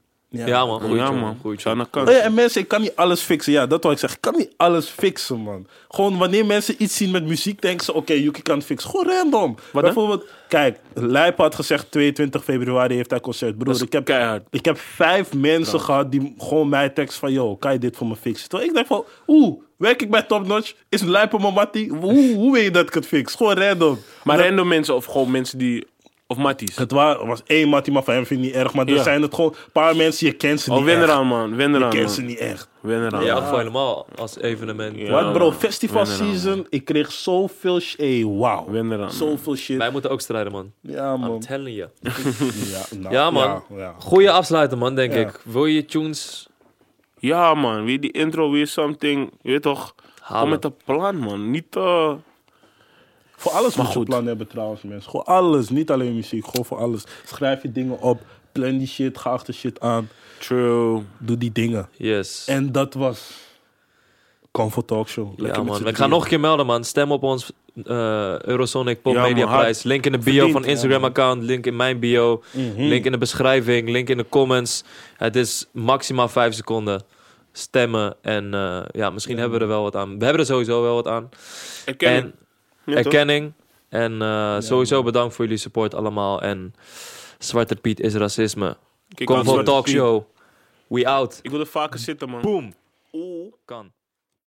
Speaker 1: Ja man, goeie
Speaker 2: Ja,
Speaker 1: tune,
Speaker 2: man.
Speaker 1: goeie
Speaker 2: Zou
Speaker 1: tune.
Speaker 2: naar kans.
Speaker 3: Oh ja, en mensen, ik kan niet alles fixen. Ja, dat wil ik zeggen. Ik kan niet alles fixen, man. Gewoon wanneer mensen iets zien met muziek, denken ze... Oké, Yuki kan het fixen. Gewoon random.
Speaker 2: dan?
Speaker 3: Bijvoorbeeld, kijk, Lijp had gezegd... 22 februari heeft hij concert.
Speaker 2: Dat
Speaker 3: Broer,
Speaker 2: is
Speaker 3: ik heb
Speaker 2: keihard.
Speaker 3: 5 mensen gehad die gewoon mij tekst van... Yo, kan je dit voor me fixen? Terwijl ik denk van... werk ik bij Top Notch? Is Lijp mijn mattie? Hoe weet je dat ik het fix? Gewoon random.
Speaker 2: Maar random mensen of gewoon mensen die... Of matties.
Speaker 3: Het was 1 mattie, maar van hem vind ik niet erg. Maar er
Speaker 2: Ja.
Speaker 3: zijn het gewoon een paar mensen, je kent ze niet
Speaker 2: Oh, wen
Speaker 3: echt.
Speaker 2: eraan, man. Wen
Speaker 3: Je
Speaker 2: eraan,
Speaker 3: kent ze
Speaker 2: man.
Speaker 3: niet echt.
Speaker 2: Wen eraan.
Speaker 1: Ja,
Speaker 2: man.
Speaker 1: gewoon helemaal als evenement.
Speaker 2: Ja.
Speaker 3: Wat bro,
Speaker 2: man.
Speaker 3: festival
Speaker 2: Wen eraan,
Speaker 3: season, ik kreeg zoveel shit. Hey, wauw.
Speaker 2: Wen eraan, man.
Speaker 3: Zoveel shit.
Speaker 1: Wij moeten ook strijden man.
Speaker 3: Ja,
Speaker 1: I'm
Speaker 3: man.
Speaker 1: telling you.
Speaker 3: Ja, nou,
Speaker 1: Ja man,
Speaker 3: ja.
Speaker 1: goeie afsluiten man, denk
Speaker 3: Ja.
Speaker 1: ik. Wil je tunes
Speaker 2: Ja, man. Weer die intro, weer something. Je weet toch...
Speaker 1: halen?
Speaker 2: Kom met een plan, man. Niet...
Speaker 3: Voor alles
Speaker 2: Maar
Speaker 3: moet je
Speaker 2: goed.
Speaker 3: plan hebben trouwens, mensen. Gewoon alles, niet alleen muziek, gewoon voor alles. Schrijf je dingen op, plan die shit, ga achter shit aan.
Speaker 2: True.
Speaker 3: Doe die dingen.
Speaker 1: Yes.
Speaker 3: En dat was Comfort Talk Show. Lekker
Speaker 1: Ja
Speaker 3: met
Speaker 1: man,
Speaker 3: z'n
Speaker 1: we gaan
Speaker 3: drieën.
Speaker 1: nog een keer melden man. Stem op ons Eurosonic Pop
Speaker 2: Ja, man,
Speaker 1: Media
Speaker 2: hard.
Speaker 1: prijs. Link in de bio
Speaker 3: Verdiend,
Speaker 1: van Instagram
Speaker 3: ja,
Speaker 1: account. Link in mijn bio. Link in de beschrijving. Link in de comments. Het is maximaal 5 seconden. Stemmen. En ja, misschien hebben we er wel wat aan. We hebben er sowieso wel wat aan.
Speaker 2: Erkenning.
Speaker 1: En
Speaker 2: Ja, toch?
Speaker 1: erkenning. En sowieso bedankt voor jullie support allemaal. En Zwarte Piet is racisme.
Speaker 2: Kijk,
Speaker 1: Kom
Speaker 2: aan
Speaker 1: voor
Speaker 2: Zwarte
Speaker 1: Talk
Speaker 2: Piet.
Speaker 1: Show. We out.
Speaker 2: Ik wil er vaker zitten, man.
Speaker 1: Boom.
Speaker 2: Oeh.
Speaker 1: Kan.